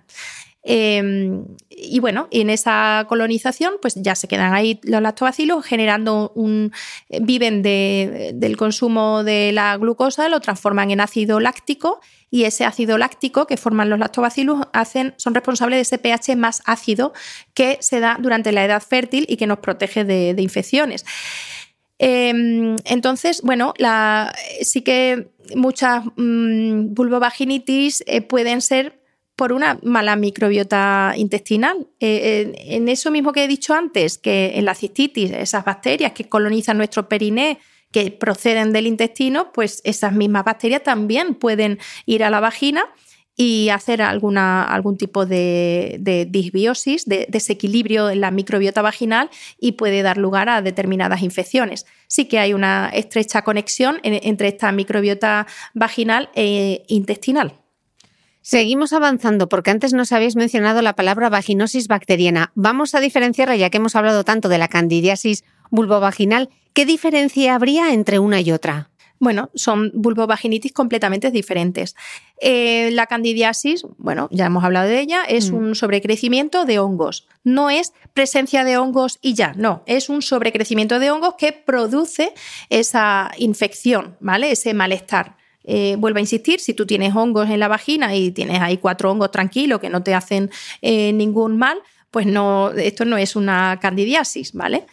Y bueno, en esa colonización pues ya se quedan ahí los lactobacillus generando viven del consumo de la glucosa, lo transforman en ácido láctico y ese ácido láctico que forman los lactobacillus son responsables de ese pH más ácido que se da durante la edad fértil y que nos protege de infecciones. Entonces, bueno, sí que muchas vulvovaginitis pueden ser por una mala microbiota intestinal. En eso mismo que he dicho antes, que en la cistitis, esas bacterias que colonizan nuestro periné, que proceden del intestino, pues esas mismas bacterias también pueden ir a la vagina y hacer algún tipo de disbiosis, de desequilibrio en la microbiota vaginal y puede dar lugar a determinadas infecciones. Sí que hay una estrecha conexión entre esta microbiota vaginal e intestinal. Seguimos avanzando porque antes nos habéis mencionado la palabra vaginosis bacteriana. Vamos a diferenciarla, ya que hemos hablado tanto de la candidiasis vulvovaginal. ¿Qué diferencia habría entre una y otra? Bueno, son vulvovaginitis completamente diferentes. La candidiasis, bueno, ya hemos hablado de ella, es un sobrecrecimiento de hongos. No es presencia de hongos y ya, no, es un sobrecrecimiento de hongos que produce esa infección, ¿vale? Ese malestar. Vuelvo a insistir, si tú tienes hongos en la vagina y tienes ahí 4 hongos tranquilos que no te hacen ningún mal, pues no, esto no es una candidiasis, ¿vale?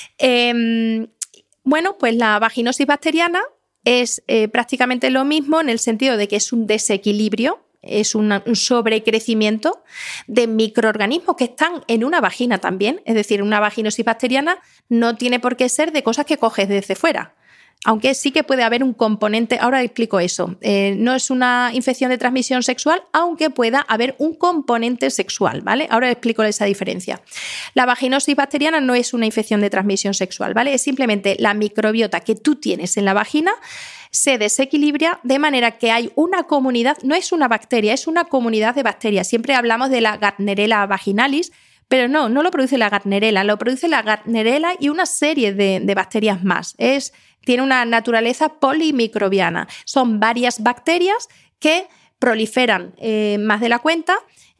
Bueno, pues la vaginosis bacteriana es prácticamente lo mismo en el sentido de que es un desequilibrio, es un sobrecrecimiento de microorganismos que están en una vagina también. Es decir, una vaginosis bacteriana no tiene por qué ser de cosas que coges desde fuera. Aunque sí que puede haber un componente, ahora explico eso, no es una infección de transmisión sexual, aunque pueda haber un componente sexual, ¿vale? Ahora explico esa diferencia. La vaginosis bacteriana no es una infección de transmisión sexual, ¿vale? Es simplemente la microbiota que tú tienes en la vagina se desequilibra de manera que hay una comunidad, no es una bacteria, es una comunidad de bacterias. Siempre hablamos de la Gardnerella vaginalis, pero no lo produce la Gardnerella, lo produce la Gardnerella y una serie de bacterias más. Tiene una naturaleza polimicrobiana. Son varias bacterias que proliferan más de la cuenta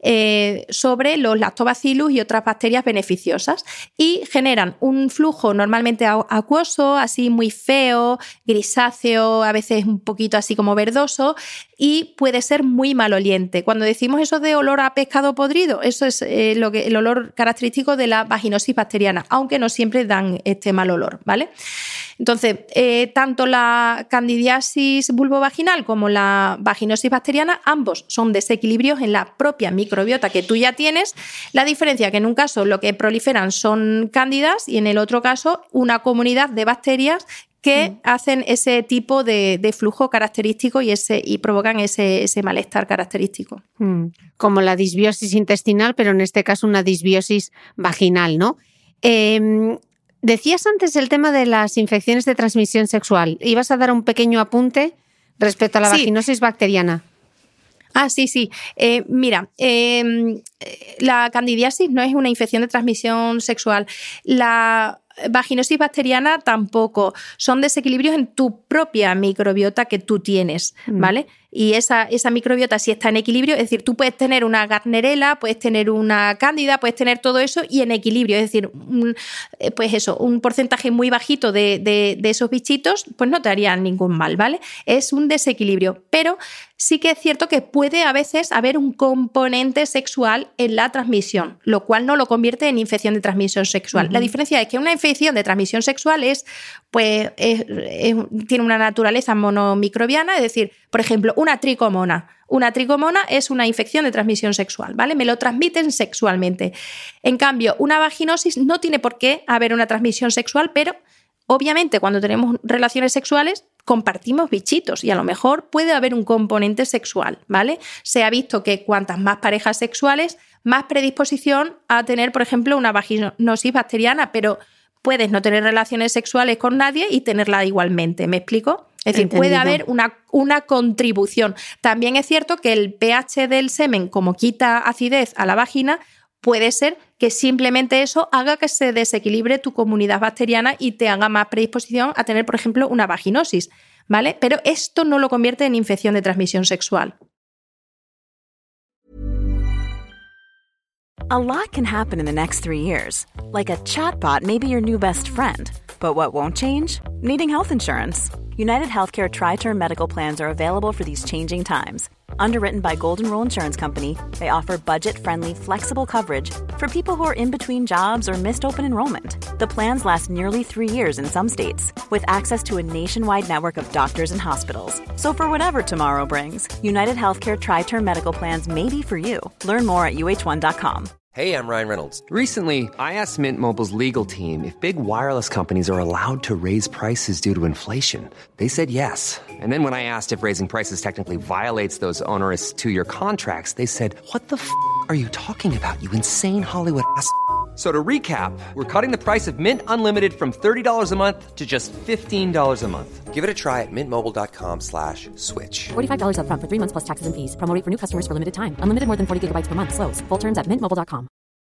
sobre los lactobacillus y otras bacterias beneficiosas y generan un flujo normalmente acuoso, así muy feo, grisáceo, a veces un poquito así como verdoso y puede ser muy maloliente. Cuando decimos eso de olor a pescado podrido, eso es el olor característico de la vaginosis bacteriana, aunque no siempre dan este mal olor, ¿vale? Entonces, tanto la candidiasis vulvovaginal como la vaginosis bacteriana, ambos son desequilibrios en la propia microbiota que tú ya tienes. La diferencia es que en un caso lo que proliferan son cándidas y en el otro caso una comunidad de bacterias que hacen ese tipo de flujo característico y provocan ese malestar característico. Como la disbiosis intestinal, pero en este caso una disbiosis vaginal, ¿no? Decías antes el tema de las infecciones de transmisión sexual. Ibas a dar un pequeño apunte respecto a la vaginosis bacteriana. Sí. Mira, la candidiasis no es una infección de transmisión sexual. La vaginosis bacteriana tampoco. Son desequilibrios en tu propia microbiota que tú tienes, ¿vale? Y esa microbiota sí está en equilibrio, es decir, tú puedes tener una Gardnerella, puedes tener una cándida, puedes tener todo eso y en equilibrio, es decir, un porcentaje muy bajito de esos bichitos, pues no te harían ningún mal, ¿vale? Es un desequilibrio, pero sí que es cierto que puede a veces haber un componente sexual en la transmisión, lo cual no lo convierte en infección de transmisión sexual. La diferencia es que una infección de transmisión sexual tiene una naturaleza monomicrobiana, es decir, por ejemplo, una tricomona. Una tricomona es una infección de transmisión sexual, ¿vale? Me lo transmiten sexualmente. En cambio, una vaginosis no tiene por qué haber una transmisión sexual, pero obviamente cuando tenemos relaciones sexuales compartimos bichitos y a lo mejor puede haber un componente sexual, ¿vale? Se ha visto que cuantas más parejas sexuales, más predisposición a tener, por ejemplo, una vaginosis bacteriana, pero puedes no tener relaciones sexuales con nadie y tenerla igualmente, ¿me explico? Es decir, puede haber una contribución. También es cierto que el pH del semen, como quita acidez a la vagina, puede ser que simplemente eso haga que se desequilibre tu comunidad bacteriana y te haga más predisposición a tener, por ejemplo, una vaginosis, ¿vale? Pero esto no lo convierte en infección de transmisión sexual. A lot can happen in the next 3 years. Like a chatbot may be your new best friend. But what won't change? Needing health insurance. United Healthcare Tri-Term Medical Plans are available for these changing times. Underwritten by Golden Rule Insurance Company, they offer budget-friendly, flexible coverage for people who are in between jobs or missed open enrollment. The plans last nearly 3 years in some states, with access to a nationwide network of doctors and hospitals. So for whatever tomorrow brings, United Healthcare Tri-Term Medical Plans may be for you. Learn more at uh1.com. Hey, I'm Ryan Reynolds. Recently, I asked Mint Mobile's legal team if big wireless companies are allowed to raise prices due to inflation. They said yes. And then when I asked if raising prices technically violates those onerous 2-year contracts, they said, "What the f*** are you talking about, you insane Hollywood ass?" So to recap, we're cutting the price of Mint Unlimited from $30 a month to just $15 a month. Give it a try at mintmobile.com/switch. $45 up front for 3 months plus taxes and fees. Promo rate for new customers for limited time. Unlimited more than 40 gigabytes per month. Slows full terms at mintmobile.com.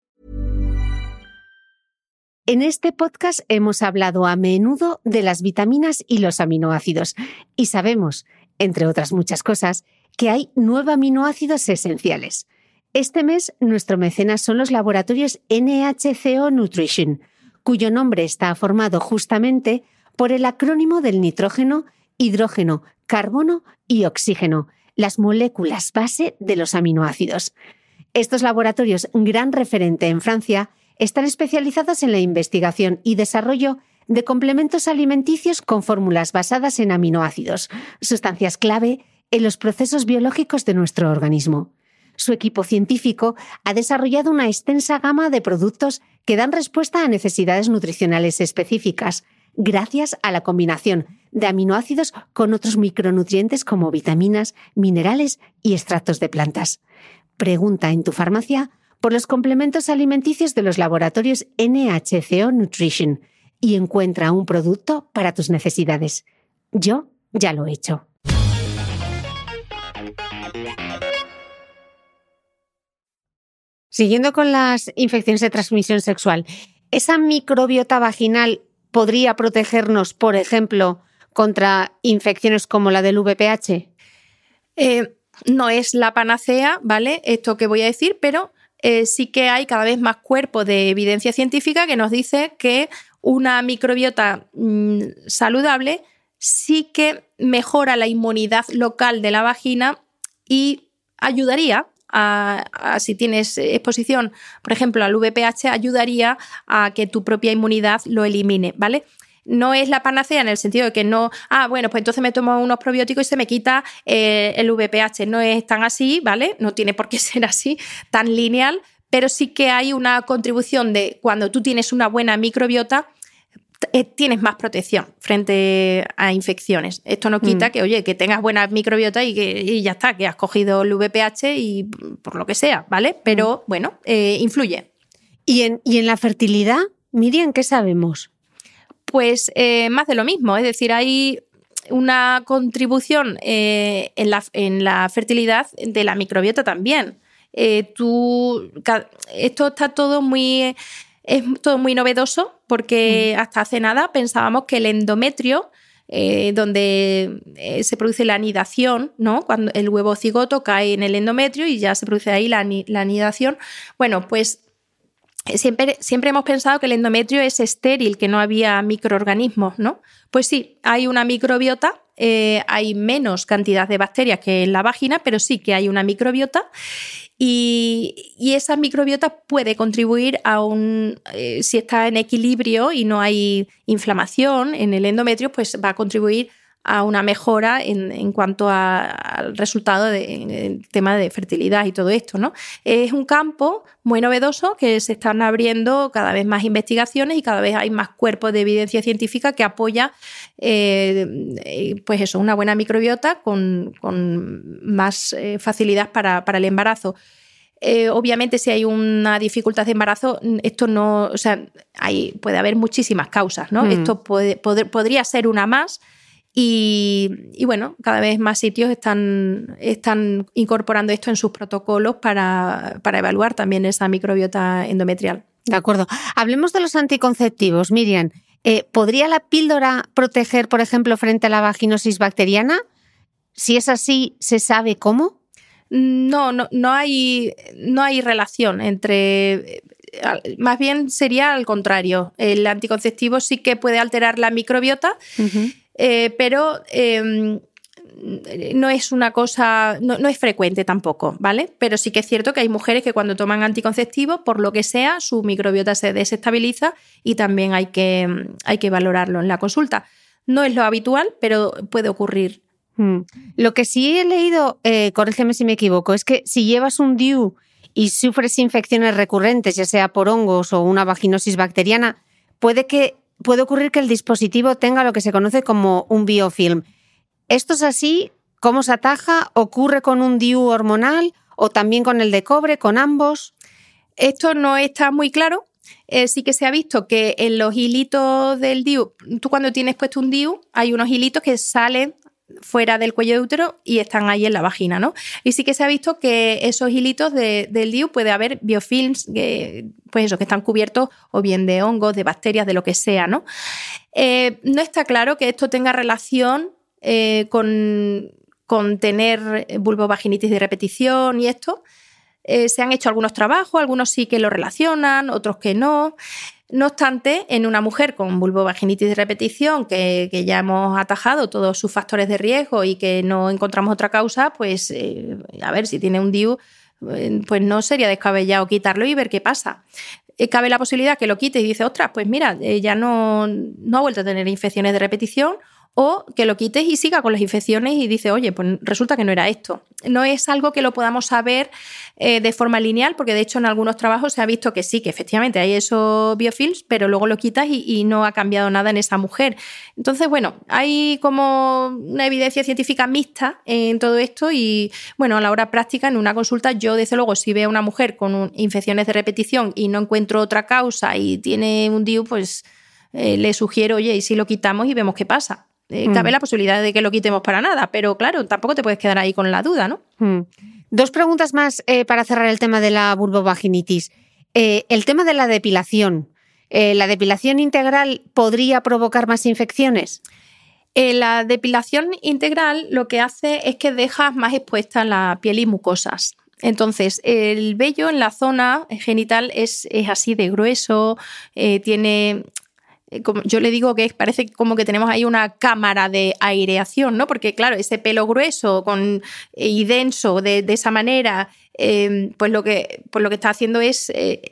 En este podcast hemos hablado a menudo de las vitaminas y los aminoácidos. Y sabemos, entre otras muchas cosas, que hay 9 aminoácidos esenciales. Este mes, nuestro mecenas son los laboratorios NHCO Nutrition, cuyo nombre está formado justamente por el acrónimo del nitrógeno, hidrógeno, carbono y oxígeno, las moléculas base de los aminoácidos. Estos laboratorios, gran referente en Francia, están especializados en la investigación y desarrollo de complementos alimenticios con fórmulas basadas en aminoácidos, sustancias clave en los procesos biológicos de nuestro organismo. Su equipo científico ha desarrollado una extensa gama de productos que dan respuesta a necesidades nutricionales específicas, gracias a la combinación de aminoácidos con otros micronutrientes como vitaminas, minerales y extractos de plantas. Pregunta en tu farmacia por los complementos alimenticios de los laboratorios NHCO Nutrition y encuentra un producto para tus necesidades. Yo ya lo he hecho. Siguiendo con las infecciones de transmisión sexual, ¿esa microbiota vaginal podría protegernos, por ejemplo, contra infecciones como la del VPH? no es la panacea, ¿vale? Esto que voy a decir, pero sí que hay cada vez más cuerpos de evidencia científica que nos dice que una microbiota saludable sí que mejora la inmunidad local de la vagina y ayudaría si tienes exposición, por ejemplo, al VPH, ayudaría a que tu propia inmunidad lo elimine, ¿vale? No es la panacea en el sentido de que no, bueno, pues entonces me tomo unos probióticos y se me quita el VPH. No es tan así, ¿vale? No tiene por qué ser así, tan lineal, pero sí que hay una contribución de cuando tú tienes una buena microbiota, tienes más protección frente a infecciones. Esto no quita que, oye, que tengas buena microbiota y ya está, que has cogido el VPH y por lo que sea, ¿vale? Pero, bueno, influye. ¿Y en la fertilidad, Miriam, qué sabemos? Pues más de lo mismo, es decir, hay una contribución en la fertilidad de la microbiota también. Esto está todo muy... Es todo muy novedoso porque hasta hace nada pensábamos que el endometrio, donde se produce la anidación, ¿no? Cuando el huevo cigoto cae en el endometrio y ya se produce ahí la anidación. Bueno, pues siempre hemos pensado que el endometrio es estéril, que no había microorganismos, ¿no? Pues sí, hay una microbiota, hay menos cantidad de bacterias que en la vagina, pero sí que hay una microbiota. Y esa microbiota puede contribuir si está en equilibrio y no hay inflamación en el endometrio, pues va a contribuir a una mejora en cuanto al resultado del tema de fertilidad y todo esto, ¿no? Es un campo muy novedoso que se están abriendo cada vez más investigaciones y cada vez hay más cuerpos de evidencia científica que apoya pues eso, una buena microbiota con más facilidad para el embarazo. Obviamente, si hay una dificultad de embarazo, esto no, o sea, puede haber muchísimas causas, ¿no? Esto podría ser una más. Y bueno, cada vez más sitios están incorporando esto en sus protocolos para evaluar también esa microbiota endometrial. De acuerdo. Hablemos de los anticonceptivos, Miriam. ¿Podría la píldora proteger, por ejemplo, frente a la vaginosis bacteriana? Si es así, ¿se sabe cómo? No hay relación entre... Más bien sería al contrario. El anticonceptivo sí que puede alterar la microbiota, pero no es una cosa, no es frecuente tampoco, ¿vale? Pero sí que es cierto que hay mujeres que cuando toman anticonceptivos, por lo que sea, su microbiota se desestabiliza y también hay que valorarlo en la consulta. No es lo habitual, pero puede ocurrir. Lo que sí he leído, corrígeme si me equivoco, es que si llevas un DIU y sufres infecciones recurrentes, ya sea por hongos o una vaginosis bacteriana, puede ocurrir que el dispositivo tenga lo que se conoce como un biofilm. ¿Esto es así? ¿Cómo se ataja? ¿Ocurre con un DIU hormonal o también con el de cobre, con ambos? Esto no está muy claro. Sí que se ha visto que en los hilitos del DIU, tú cuando tienes puesto un DIU, hay unos hilitos que salen fuera del cuello de útero y están ahí en la vagina, ¿no? Y sí que se ha visto que esos hilitos del DIU puede haber biofilms pues eso, que están cubiertos o bien de hongos, de bacterias, de lo que sea, ¿no? No está claro que esto tenga relación con tener vulvovaginitis de repetición y esto. Se han hecho algunos trabajos, algunos sí que lo relacionan, otros que no. No obstante, en una mujer con vulvovaginitis de repetición que ya hemos atajado todos sus factores de riesgo y que no encontramos otra causa, pues a ver, si tiene un DIU, pues no sería descabellado quitarlo y ver qué pasa. Cabe la posibilidad que lo quite y dice, ostras, pues mira, ya no ha vuelto a tener infecciones de repetición, o que lo quites y siga con las infecciones y dice, oye, pues resulta que no era esto. No es algo que lo podamos saber de forma lineal, porque de hecho en algunos trabajos se ha visto que sí, que efectivamente hay esos biofilms, pero luego lo quitas y no ha cambiado nada en esa mujer. Entonces, bueno, hay como una evidencia científica mixta en todo esto y, bueno, a la hora práctica, en una consulta, yo desde luego si veo a una mujer con infecciones de repetición y no encuentro otra causa y tiene un DIU, pues le sugiero, oye, y si lo quitamos y vemos qué pasa. Cabe la posibilidad de que lo quitemos para nada, pero claro, tampoco te puedes quedar ahí con la duda, ¿no? Dos preguntas más para cerrar el tema de la vulvovaginitis. El tema de la depilación. ¿La depilación integral podría provocar más infecciones? La depilación integral lo que hace es que dejas más expuesta la piel y mucosas. Entonces, el vello en la zona genital es así de grueso, tiene... Como yo le digo que parece como que tenemos ahí una cámara de aireación, ¿no? Porque claro, ese pelo grueso y denso de esa manera, pues lo que está haciendo es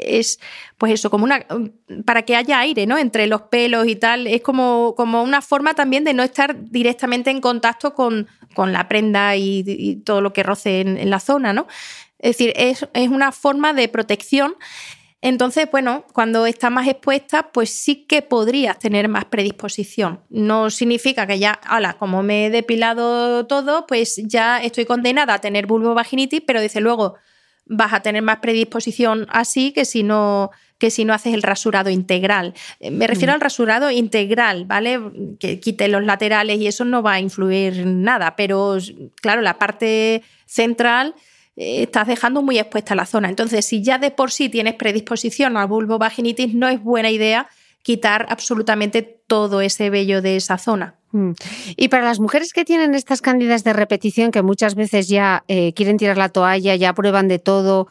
pues eso, como para que haya aire, ¿no? Entre los pelos y tal, es como una forma también de no estar directamente en contacto con la prenda y todo lo que roce en la zona, ¿no? Es decir, es una forma de protección. Entonces, bueno, cuando está más expuesta, pues sí que podrías tener más predisposición. No significa que ya, como me he depilado todo, pues ya estoy condenada a tener vulvovaginitis, pero desde luego vas a tener más predisposición así que si no haces el rasurado integral. Me refiero al rasurado integral, ¿vale? Que quite los laterales y eso no va a influir en nada, pero claro, la parte central... estás dejando muy expuesta la zona. Entonces, si ya de por sí tienes predisposición a vulvovaginitis, no es buena idea quitar absolutamente todo ese vello de esa zona. Y para las mujeres que tienen estas cándidas de repetición, que muchas veces ya quieren tirar la toalla, ya prueban de todo,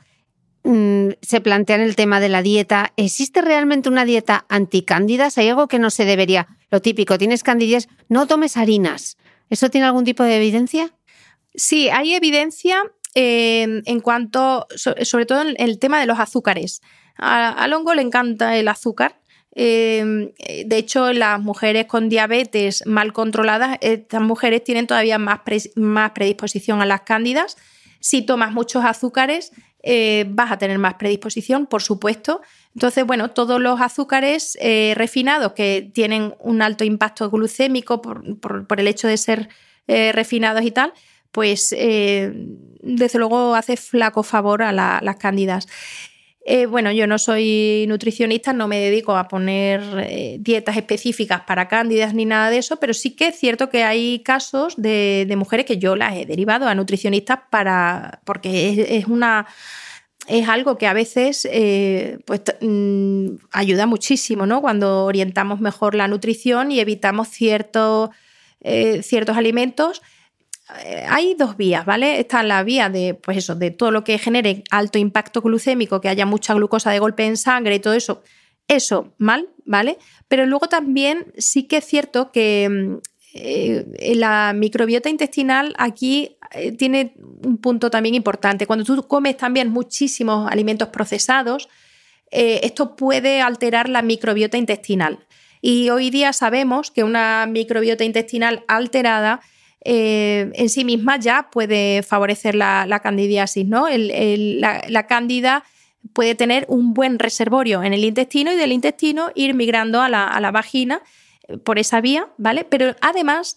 se plantean el tema de la dieta, ¿existe realmente una dieta anticándidas? ¿Hay algo que no se debería? Lo típico, tienes candidías, no tomes harinas. ¿Eso tiene algún tipo de evidencia? Sí, hay evidencia en cuanto, sobre todo en el tema de los azúcares. Al hongo le encanta el azúcar. De hecho, las mujeres con diabetes mal controladas, estas mujeres tienen todavía más predisposición a las cándidas. Si tomas muchos azúcares, vas a tener más predisposición, por supuesto. Entonces, bueno, todos los azúcares refinados que tienen un alto impacto glucémico por el hecho de ser refinados y tal, pues desde luego hace flaco favor a las cándidas. Bueno, yo no soy nutricionista, no me dedico a poner dietas específicas para cándidas ni nada de eso, pero sí que es cierto que hay casos de mujeres que yo las he derivado a nutricionistas porque es algo que a veces pues, ayuda muchísimo, ¿no? Cuando orientamos mejor la nutrición y evitamos ciertos alimentos. Hay dos vías, ¿vale? Está la vía de, pues eso, de todo lo que genere alto impacto glucémico, que haya mucha glucosa de golpe en sangre y todo eso. Eso, mal, ¿vale? Pero luego también sí que es cierto que la microbiota intestinal aquí tiene un punto también importante. Cuando tú comes también muchísimos alimentos procesados, esto puede alterar la microbiota intestinal. Y hoy día sabemos que una microbiota intestinal alterada en sí misma ya puede favorecer la candidiasis, ¿no? La cándida puede tener un buen reservorio en el intestino y del intestino ir migrando a la vagina por esa vía, ¿vale? Pero además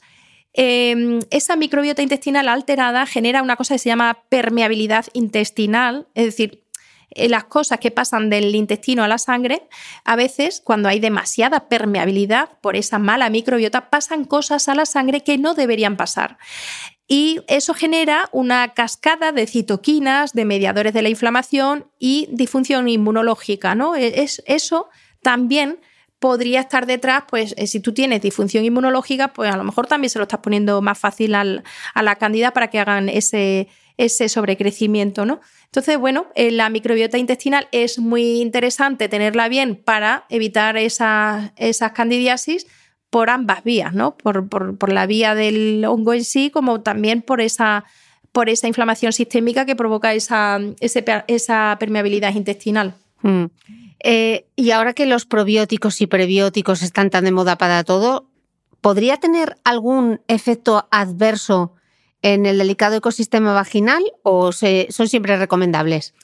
esa microbiota intestinal alterada genera una cosa que se llama permeabilidad intestinal, es decir, las cosas que pasan del intestino a la sangre, a veces cuando hay demasiada permeabilidad por esa mala microbiota, pasan cosas a la sangre que no deberían pasar. Y eso genera una cascada de citoquinas, de mediadores de la inflamación y disfunción inmunológica, ¿no? Eso también podría estar detrás, pues si tú tienes disfunción inmunológica, pues a lo mejor también se lo estás poniendo más fácil a la cándida para que hagan ese sobrecrecimiento, ¿no? Entonces, bueno, la microbiota intestinal es muy interesante tenerla bien para evitar esas candidiasis por ambas vías, ¿no? Por la vía del hongo en sí, como también por esa inflamación sistémica que provoca esa permeabilidad intestinal. Y ahora que los probióticos y prebióticos están tan de moda para todo, ¿podría tener algún efecto adverso en el delicado ecosistema vaginal o son siempre recomendables?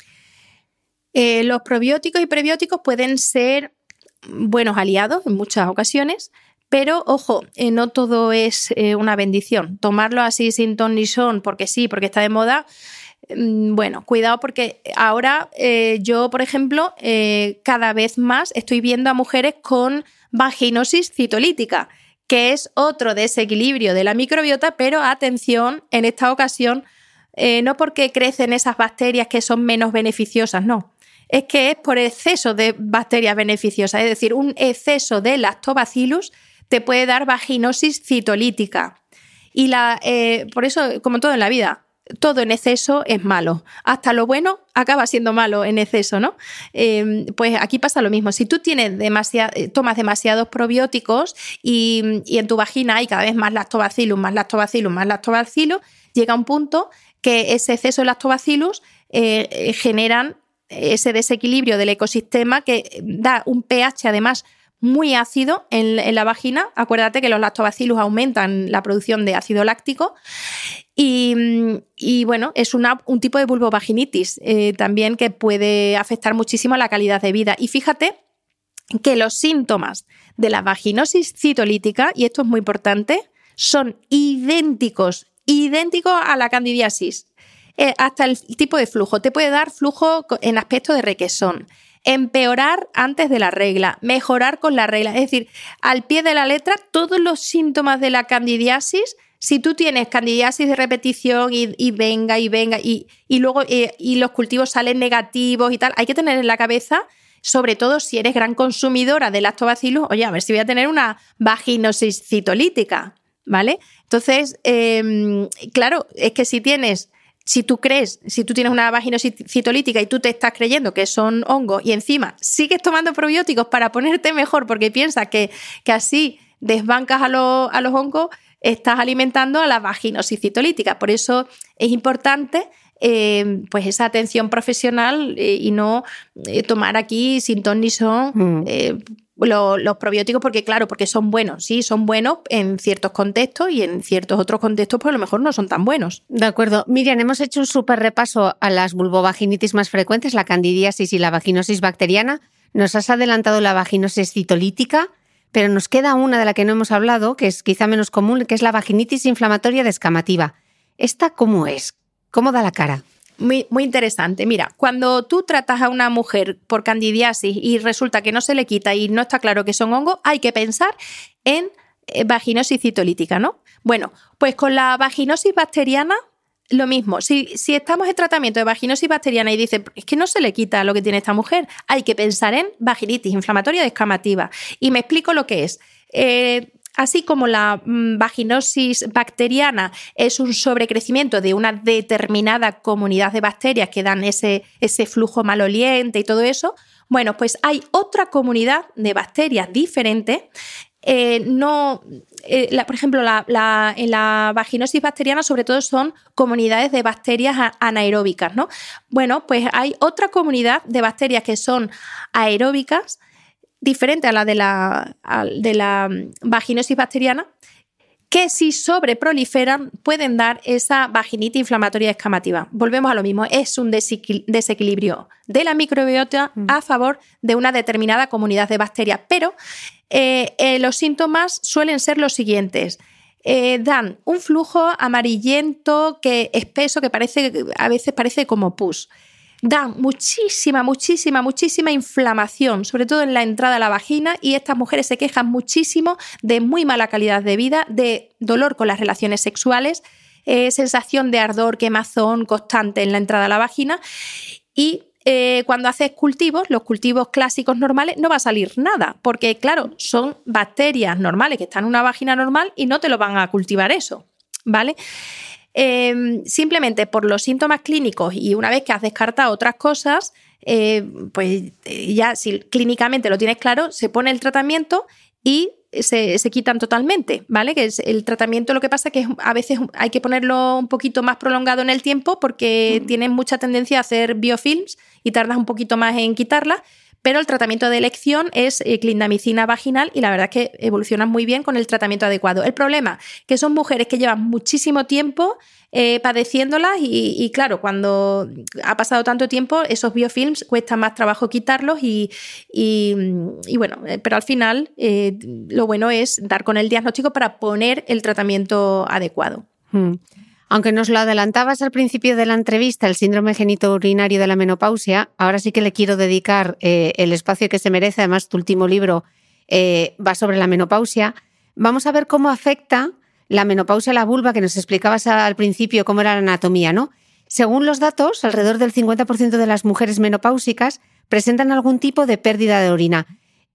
Los probióticos y prebióticos pueden ser buenos aliados en muchas ocasiones, pero ojo, no todo es una bendición. Tomarlo así sin ton ni son porque sí, porque está de moda, bueno, cuidado porque ahora yo, por ejemplo, cada vez más estoy viendo a mujeres con vaginosis citolítica, que es otro desequilibrio de la microbiota, pero atención, en esta ocasión, no porque crecen esas bacterias que son menos beneficiosas, no. Es que es por exceso de bacterias beneficiosas, es decir, un exceso de lactobacillus te puede dar vaginosis citolítica. Y por eso, como todo en la vida, todo en exceso es malo. Hasta lo bueno acaba siendo malo en exceso, ¿no? Pues aquí pasa lo mismo. Si tú tomas demasiados probióticos y en tu vagina hay cada vez más lactobacillus, llega un punto que ese exceso de lactobacillus generan ese desequilibrio del ecosistema que da un pH además muy ácido en la vagina. Acuérdate que los lactobacillus aumentan la producción de ácido láctico y bueno, es un tipo de vulvovaginitis también que puede afectar muchísimo a la calidad de vida. Y fíjate que los síntomas de la vaginosis citolítica, y esto es muy importante, son idénticos a la candidiasis. Hasta el tipo de flujo. Te puede dar flujo en aspecto de requesón, empeorar antes de la regla, mejorar con la regla. Es decir, al pie de la letra, todos los síntomas de la candidiasis, si tú tienes candidiasis de repetición y venga, y luego los cultivos salen negativos y tal, hay que tener en la cabeza, sobre todo si eres gran consumidora de lactobacillus, oye, a ver si voy a tener una vaginosis citolítica, ¿vale? Entonces, claro, es que si tú tienes una vaginosis citolítica y tú te estás creyendo que son hongos y encima sigues tomando probióticos para ponerte mejor porque piensas que así desbancas a los hongos, estás alimentando a la vaginosis citolítica. Por eso es importante pues esa atención profesional y no tomar aquí sin ton ni son los probióticos porque son buenos, sí, son buenos en ciertos contextos y en ciertos otros contextos pues a lo mejor no son tan buenos. De acuerdo. Miriam, hemos hecho un súper repaso a las vulvovaginitis más frecuentes, la candidiasis y la vaginosis bacteriana. Nos has adelantado la vaginosis citolítica, pero nos queda una de la que no hemos hablado, que es quizá menos común, que es la vaginitis inflamatoria descamativa. ¿Esta cómo es? ¿Cómo da la cara? Muy, muy interesante. Mira, cuando tú tratas a una mujer por candidiasis y resulta que no se le quita y no está claro que son hongos, hay que pensar en vaginosis citolítica, ¿no? Bueno, pues con la vaginosis bacteriana lo mismo. Si estamos en tratamiento de vaginosis bacteriana y dice es que no se le quita lo que tiene esta mujer, hay que pensar en vaginitis inflamatoria descamativa. Y me explico lo que es. Así como la vaginosis bacteriana es un sobrecrecimiento de una determinada comunidad de bacterias que dan ese flujo maloliente y todo eso, bueno, pues hay otra comunidad de bacterias diferentes. Por ejemplo, en la vaginosis bacteriana sobre todo son comunidades de bacterias anaeróbicas, ¿no? Bueno, pues hay otra comunidad de bacterias que son aeróbicas, diferente a la de la vaginosis bacteriana, que si sobreproliferan pueden dar esa vaginitis inflamatoria descamativa. Volvemos a lo mismo, es un desequilibrio de la microbiota a favor de una determinada comunidad de bacterias, pero los síntomas suelen ser los siguientes. Dan un flujo amarillento, espeso, que a veces parece como pus. Dan muchísima inflamación, sobre todo en la entrada a la vagina, y estas mujeres se quejan muchísimo de muy mala calidad de vida, de dolor con las relaciones sexuales, sensación de ardor, quemazón constante en la entrada a la vagina y cuando haces los cultivos clásicos normales, no va a salir nada, porque claro, son bacterias normales que están en una vagina normal y no te lo van a cultivar eso, ¿vale? Simplemente por los síntomas clínicos y una vez que has descartado otras cosas, pues ya si clínicamente lo tienes claro, se pone el tratamiento y se quitan totalmente, ¿vale? Que es el tratamiento, lo que pasa es que a veces hay que ponerlo un poquito más prolongado en el tiempo porque tienen mucha tendencia a hacer biofilms y tardas un poquito más en quitarla, pero el tratamiento de elección es clindamicina vaginal y la verdad es que evolucionan muy bien con el tratamiento adecuado. El problema es que son mujeres que llevan muchísimo tiempo padeciéndolas y claro, cuando ha pasado tanto tiempo, esos biofilms cuesta más trabajo quitarlos y bueno, pero al final lo bueno es dar con el diagnóstico para poner el tratamiento adecuado. Aunque nos lo adelantabas al principio de la entrevista, el síndrome genitourinario de la menopausia, ahora sí que le quiero dedicar el espacio que se merece. Además, tu último libro va sobre la menopausia. Vamos a ver cómo afecta la menopausia a la vulva, que nos explicabas al principio cómo era la anatomía, ¿no? Según los datos, alrededor del 50% de las mujeres menopáusicas presentan algún tipo de pérdida de orina.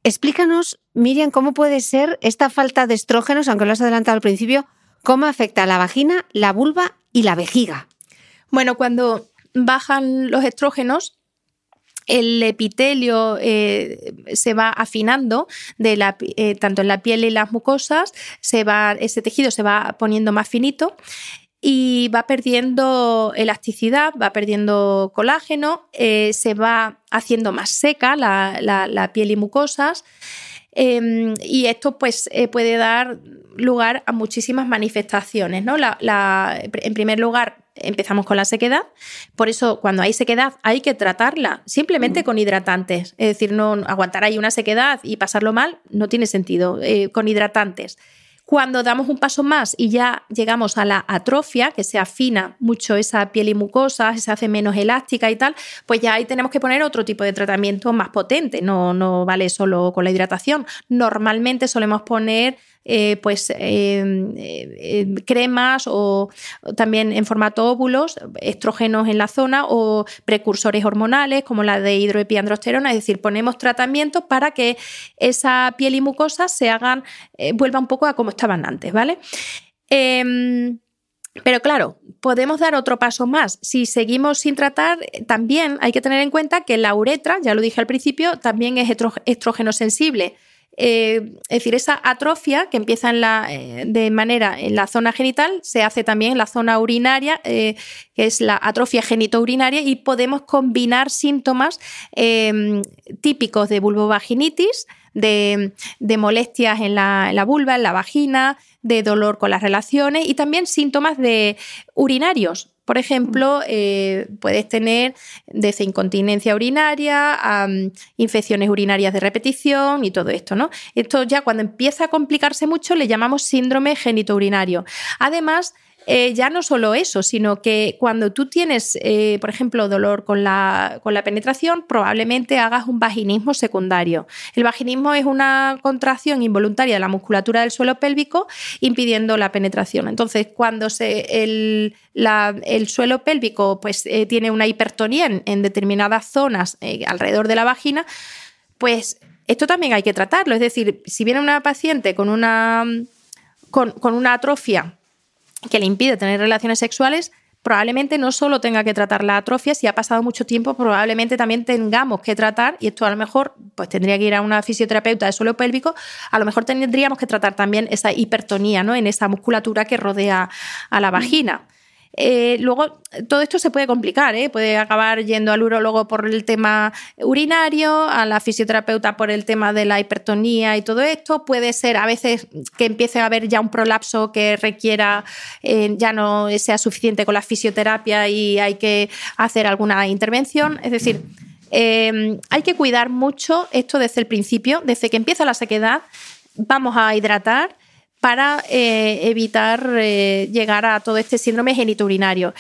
Explícanos, Miriam, cómo puede ser esta falta de estrógenos, aunque lo has adelantado al principio, cómo afecta a la vagina, la vulva y la vejiga. Bueno, cuando bajan los estrógenos, el epitelio se va afinando tanto en la piel y las mucosas, ese tejido se va poniendo más finito y va perdiendo elasticidad, va perdiendo colágeno, se va haciendo más seca la piel y mucosas. Y esto pues, puede dar lugar a muchísimas manifestaciones, ¿no? En primer lugar, empezamos con la sequedad. Por eso, cuando hay sequedad, hay que tratarla simplemente con hidratantes. Es decir, no aguantar ahí una sequedad y pasarlo mal no tiene sentido. Con hidratantes. Cuando damos un paso más y ya llegamos a la atrofia, que se afina mucho esa piel y mucosa, se hace menos elástica y tal, pues ya ahí tenemos que poner otro tipo de tratamiento más potente, no vale solo con la hidratación. Normalmente solemos poner cremas o también en formato óvulos, estrógenos en la zona o precursores hormonales como la de hidroepiandrosterona, es decir, ponemos tratamientos para que esa piel y mucosa se hagan, vuelva un poco a como estaban antes, ¿vale? Pero claro, podemos dar otro paso más. Si seguimos sin tratar, también hay que tener en cuenta que la uretra, ya lo dije al principio, también es estrógeno sensible. Es decir, esa atrofia que empieza en la zona genital se hace también en la zona urinaria, que es la atrofia genitourinaria, y podemos combinar síntomas típicos de vulvovaginitis, de molestias en la vulva, en la vagina, de dolor con las relaciones y también síntomas de urinarios. Por ejemplo, puedes tener desde incontinencia urinaria, infecciones urinarias de repetición y todo esto, ¿no? Esto ya cuando empieza a complicarse mucho le llamamos síndrome genitourinario. Además, ya no solo eso, sino que cuando tú tienes, por ejemplo, dolor con la penetración, probablemente hagas un vaginismo secundario. El vaginismo es una contracción involuntaria de la musculatura del suelo pélvico impidiendo la penetración. Entonces, cuando el suelo pélvico pues, tiene una hipertonía en determinadas zonas alrededor de la vagina, pues esto también hay que tratarlo. Es decir, si viene una paciente con una atrofia que le impide tener relaciones sexuales, probablemente no solo tenga que tratar la atrofia, si ha pasado mucho tiempo, probablemente también tengamos que tratar, y esto a lo mejor pues tendría que ir a una fisioterapeuta de suelo pélvico, a lo mejor tendríamos que tratar también esa hipertonía, ¿no? En esa musculatura que rodea a la vagina. Luego, todo esto se puede complicar, puede acabar yendo al urólogo por el tema urinario, a la fisioterapeuta por el tema de la hipertonía y todo esto. Puede ser a veces que empiece a haber ya un prolapso que requiera, ya no sea suficiente con la fisioterapia y hay que hacer alguna intervención. Es decir, hay que cuidar mucho esto desde el principio, desde que empieza la sequedad. Vamos a hidratar para evitar llegar a todo este síndrome genitourinario.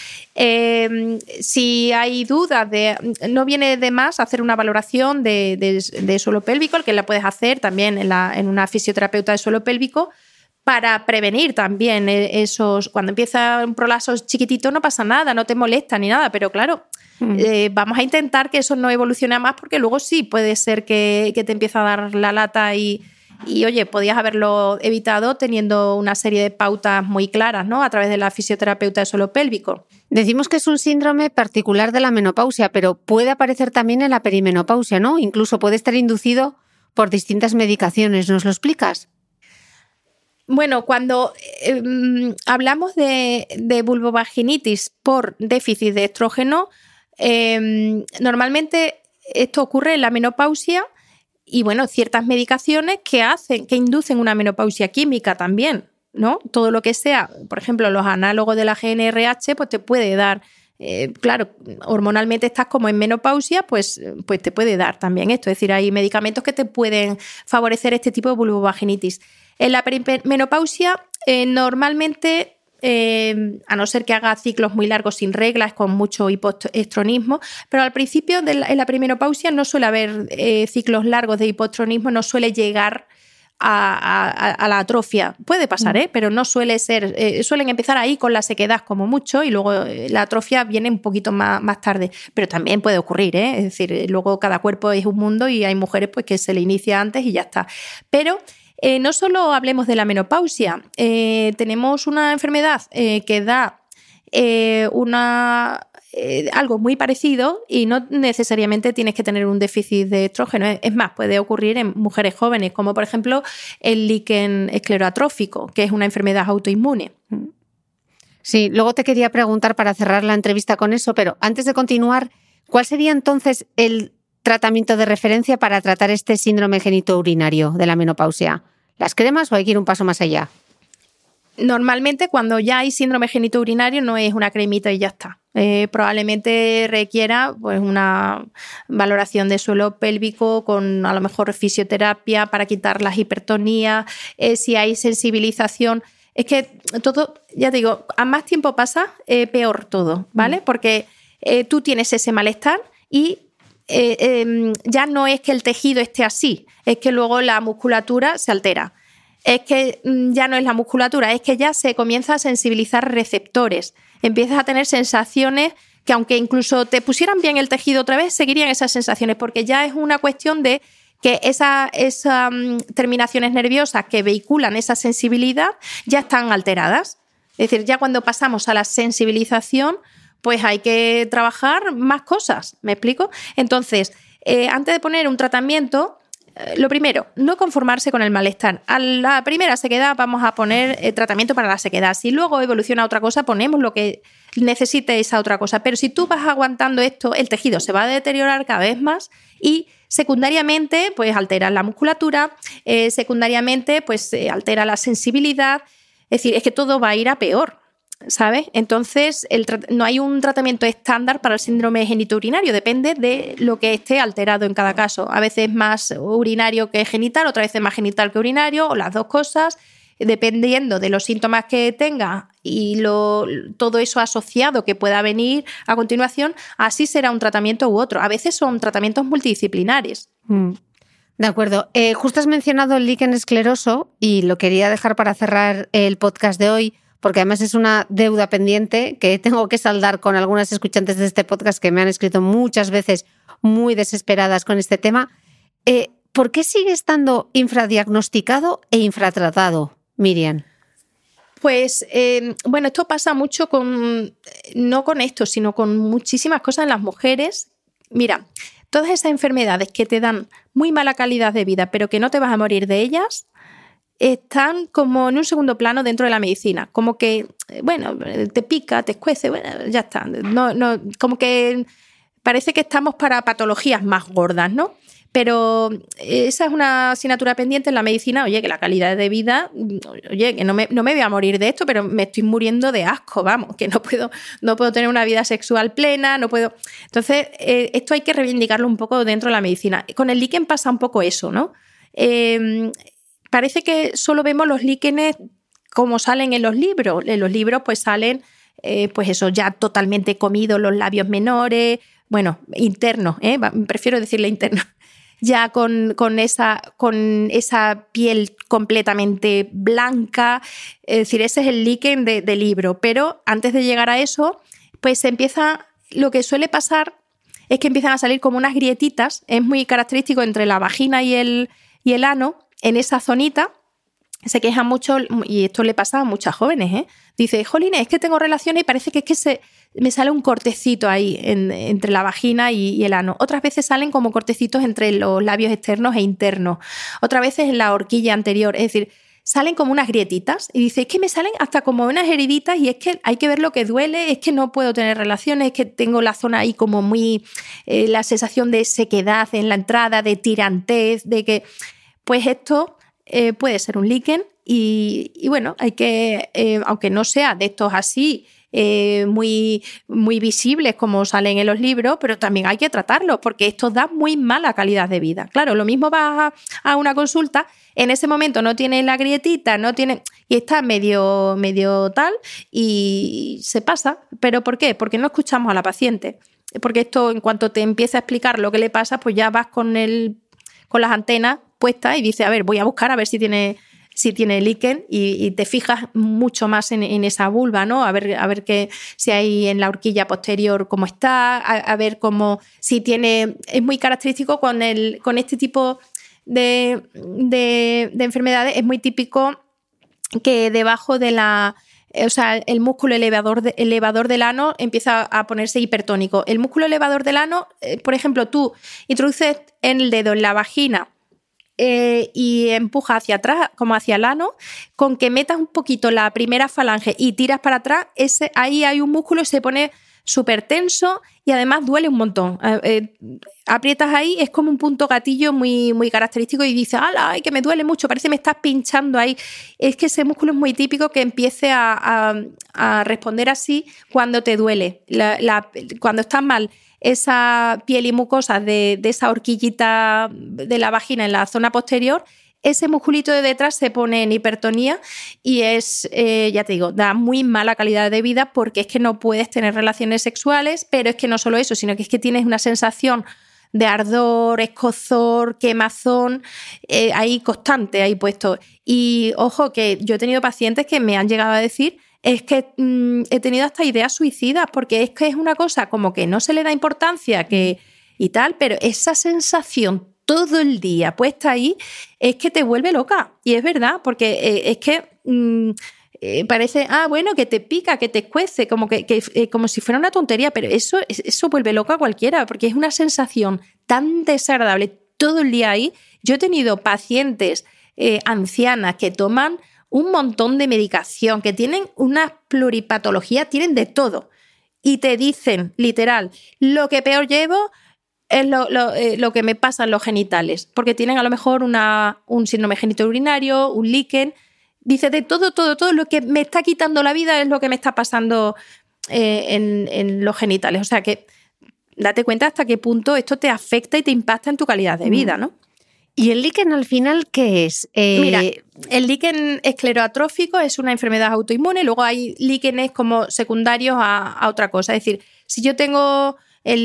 Si hay dudas, no viene de más hacer una valoración de suelo pélvico, el que la puedes hacer también en una fisioterapeuta de suelo pélvico, para prevenir también esos. Cuando empieza un prolapso chiquitito no pasa nada, no te molesta ni nada, pero claro, vamos a intentar que eso no evolucione a más, porque luego sí puede ser que te empiece a dar la lata y oye, podías haberlo evitado teniendo una serie de pautas muy claras, ¿no? A través de la fisioterapeuta de suelo pélvico. Decimos que es un síndrome particular de la menopausia, pero puede aparecer también en la perimenopausia, ¿no? Incluso puede estar inducido por distintas medicaciones. ¿Nos lo explicas? Bueno, cuando hablamos de vulvovaginitis por déficit de estrógeno, normalmente esto ocurre en la menopausia. Y bueno, ciertas medicaciones que inducen una menopausia química también, ¿no? Todo lo que sea, por ejemplo, los análogos de la GnRH, pues te puede dar, claro, hormonalmente estás como en menopausia, pues te puede dar también esto. Es decir, hay medicamentos que te pueden favorecer este tipo de vulvovaginitis. En la perimenopausia, normalmente, a no ser que haga ciclos muy largos sin reglas, con mucho hipoestronismo, pero al principio en la perimenopausia no suele haber ciclos largos de hipoestronismo, no suele llegar a la atrofia. Puede pasar, pero no suele ser. Suelen empezar ahí con la sequedad como mucho y luego la atrofia viene un poquito más tarde. Pero también puede ocurrir, Es decir, luego cada cuerpo es un mundo y hay mujeres pues, que se le inicia antes y ya está. Pero no solo hablemos de la menopausia. Tenemos una enfermedad que da algo muy parecido y no necesariamente tienes que tener un déficit de estrógeno. Es más, puede ocurrir en mujeres jóvenes, como por ejemplo el líquen escleroatrófico, que es una enfermedad autoinmune. Sí, luego te quería preguntar para cerrar la entrevista con eso, pero antes de continuar, ¿cuál sería entonces el tratamiento de referencia para tratar este síndrome genitourinario de la menopausia? ¿Las cremas o hay que ir un paso más allá? Normalmente cuando ya hay síndrome genitourinario no es una cremita y ya está. Probablemente requiera pues, una valoración de suelo pélvico con a lo mejor fisioterapia para quitar las hipertonías, si hay sensibilización. Es que todo, ya te digo, a más tiempo pasa, peor todo, ¿vale? Porque tú tienes ese malestar y ya no es que el tejido esté así, es que luego la musculatura se altera. Es que ya no es la musculatura, es que ya se comienza a sensibilizar receptores. Empiezas a tener sensaciones que aunque incluso te pusieran bien el tejido otra vez, seguirían esas sensaciones, porque ya es una cuestión de que esas terminaciones nerviosas que vehiculan esa sensibilidad ya están alteradas. Es decir, ya cuando pasamos a la sensibilización, pues hay que trabajar más cosas, ¿me explico? Entonces, antes de poner un tratamiento, lo primero, no conformarse con el malestar. A la primera sequedad vamos a poner tratamiento para la sequedad. Si luego evoluciona a otra cosa, ponemos lo que necesite esa otra cosa. Pero si tú vas aguantando esto, el tejido se va a deteriorar cada vez más y secundariamente pues altera la musculatura, secundariamente pues altera la sensibilidad. Es decir, es que todo va a ir a peor, ¿sabes? Entonces, no hay un tratamiento estándar para el síndrome genitourinario, depende de lo que esté alterado en cada caso. A veces más urinario que genital, otras veces más genital que urinario, o las dos cosas, dependiendo de los síntomas que tenga y todo eso asociado que pueda venir a continuación, así será un tratamiento u otro. A veces son tratamientos multidisciplinares. De acuerdo. Justo has mencionado el líquen escleroso y lo quería dejar para cerrar el podcast de hoy, porque además es una deuda pendiente que tengo que saldar con algunas escuchantes de este podcast que me han escrito muchas veces muy desesperadas con este tema. ¿Por qué sigue estando infradiagnosticado e infratratado, Miriam? Pues, bueno, esto pasa mucho no con esto, sino con muchísimas cosas en las mujeres. Mira, todas esas enfermedades que te dan muy mala calidad de vida, pero que no te vas a morir de ellas, están como en un segundo plano dentro de la medicina. Como que, bueno, te pica, te escuece, bueno, ya está. No, como que parece que estamos para patologías más gordas, ¿no? Pero esa es una asignatura pendiente en la medicina. Oye, que la calidad de vida, oye, que no me voy a morir de esto, pero me estoy muriendo de asco, vamos, que no puedo tener una vida sexual plena, no puedo. Entonces, esto hay que reivindicarlo un poco dentro de la medicina. Con el líquen pasa un poco eso, ¿no? Parece que solo vemos los líquenes como salen en los libros. En los libros pues salen, pues eso, ya totalmente comidos los labios menores, bueno, internos, prefiero decirle internos, ya con esa piel completamente blanca. Es decir, ese es el líquen de libro. Pero antes de llegar a eso, pues lo que suele pasar es que empiezan a salir como unas grietitas. Es muy característico entre la vagina y el ano. En esa zonita se quejan mucho, y esto le pasa a muchas jóvenes, Dice, jolines, es que tengo relaciones y parece que es que me sale un cortecito ahí entre la vagina y el ano. Otras veces salen como cortecitos entre los labios externos e internos. Otras veces en la horquilla anterior. Es decir, salen como unas grietitas y dice, es que me salen hasta como unas heriditas y es que hay que ver lo que duele, es que no puedo tener relaciones, es que tengo la zona ahí como muy... la sensación de sequedad en la entrada, de tirantez, de que... Pues esto puede ser un líquen y bueno, hay que, aunque no sea de estos así muy, muy visibles como salen en los libros, pero también hay que tratarlo porque esto da muy mala calidad de vida. Claro, lo mismo vas a una consulta, en ese momento no tiene la grietita, y está medio tal y se pasa. ¿Pero por qué? Porque no escuchamos a la paciente. Porque esto, en cuanto te empieza a explicar lo que le pasa, pues ya vas con las antenas puesta y dices, a ver, voy a buscar a ver si tiene líquen y te fijas mucho más en esa vulva, ¿no? A ver si hay en la horquilla posterior cómo está, a ver cómo, si tiene, es muy característico con este tipo de enfermedades, es muy típico que debajo de el músculo elevador del ano empieza a ponerse hipertónico. El músculo elevador del ano, por ejemplo, tú introduces el dedo en la vagina y empujas hacia atrás, como hacia el ano, con que metas un poquito la primera falange y tiras para atrás, ahí hay un músculo que se pone súper tenso y además duele un montón. Aprietas ahí, es como un punto gatillo muy, muy característico y dices, ¡ay, que me duele mucho! Parece que me estás pinchando ahí. Es que ese músculo es muy típico que empiece a responder así cuando te duele. Cuando estás mal, esa piel y mucosa de esa horquillita de la vagina en la zona posterior, ese musculito de detrás se pone en hipertonía y ya te digo, da muy mala calidad de vida porque es que no puedes tener relaciones sexuales, pero es que no solo eso, sino que es que tienes una sensación de ardor, escozor, quemazón, ahí constante, ahí puesto. Y ojo, que yo he tenido pacientes que me han llegado a decir es que he tenido hasta ideas suicidas porque es que es una cosa como que no se le da importancia y tal, pero esa sensación todo el día puesta ahí es que te vuelve loca. Y es verdad, porque es que parece, bueno, que te pica, que te cuece, como si fuera una tontería, pero eso vuelve loca a cualquiera, porque es una sensación tan desagradable todo el día ahí. Yo he tenido pacientes ancianas que toman un montón de medicación, que tienen una pluripatología, tienen de todo, y te dicen, literal, lo que peor llevo es lo que me pasa en los genitales, porque tienen a lo mejor un síndrome genitourinario, un líquen. Dice, de todo lo que me está quitando la vida es lo que me está pasando en los genitales. O sea que date cuenta hasta qué punto esto te afecta y te impacta en tu calidad de vida, ¿no? ¿Y el líquen al final qué es? Mira, el líquen escleroatrófico es una enfermedad autoinmune, luego hay líquenes como secundarios a otra cosa. Es decir, si yo tengo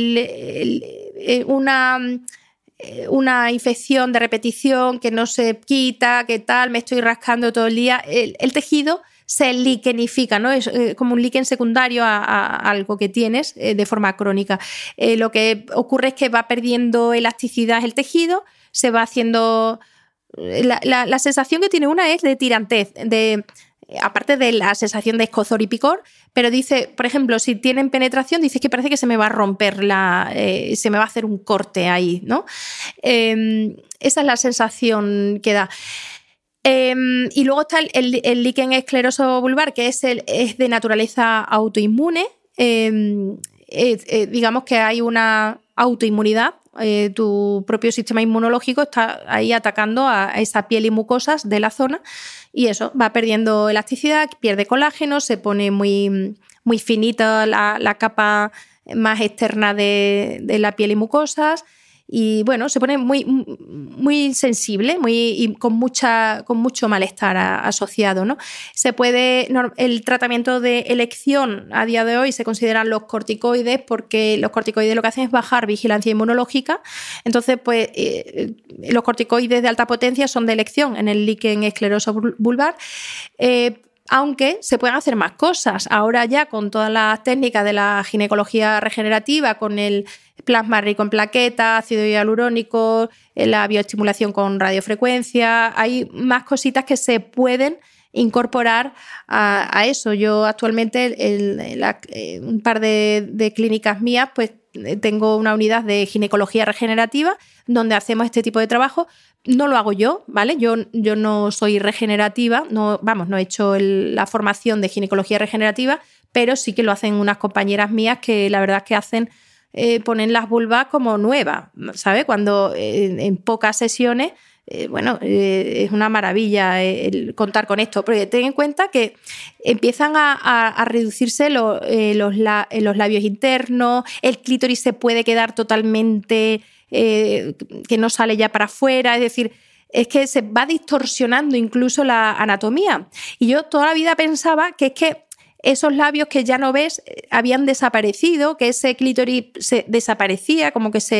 una infección de repetición que no se quita, que tal, me estoy rascando todo el día, el tejido se liquenifica, ¿no? Es como un líquen secundario a algo que tienes de forma crónica. Lo que ocurre es que va perdiendo elasticidad el tejido, se va haciendo... La sensación que tiene una es de tirantez, aparte de la sensación de escozor y picor, pero dice, por ejemplo, si tienen penetración, dice que parece que se me va a romper se me va a hacer un corte ahí, ¿no? Esa es la sensación que da. Y luego está el líquen escleroso vulvar, que es de naturaleza autoinmune. Digamos que hay una autoinmunidad. Tu propio sistema inmunológico está ahí atacando a esa piel y mucosas de la zona y eso, va perdiendo elasticidad, pierde colágeno, se pone muy, muy finita la capa más externa de la piel y mucosas y bueno, se pone muy, muy sensible y con mucho malestar asociado, ¿no? El tratamiento de elección a día de hoy se consideran los corticoides porque los corticoides lo que hacen es bajar vigilancia inmunológica. Entonces, pues los corticoides de alta potencia son de elección en el líquen escleroso vulvar. Aunque se pueden hacer más cosas. Ahora ya con todas las técnicas de la ginecología regenerativa, con el plasma rico en plaquetas, ácido hialurónico, la bioestimulación con radiofrecuencia, hay más cositas que se pueden incorporar a eso. Yo actualmente un par de clínicas mías, pues tengo una unidad de ginecología regenerativa donde hacemos este tipo de trabajo. No lo hago yo, ¿vale? Yo no soy regenerativa, no he hecho la formación de ginecología regenerativa, pero sí que lo hacen unas compañeras mías que la verdad es que ponen las vulvas como nuevas, ¿sabes? Cuando en pocas sesiones, es una maravilla contar con esto, porque ten en cuenta que empiezan a reducirse los labios internos, el clítoris se puede quedar totalmente... que no sale ya para afuera, es decir, es que se va distorsionando incluso la anatomía. Y yo toda la vida pensaba que es que esos labios que ya no ves habían desaparecido, que ese clítoris se desaparecía, como que se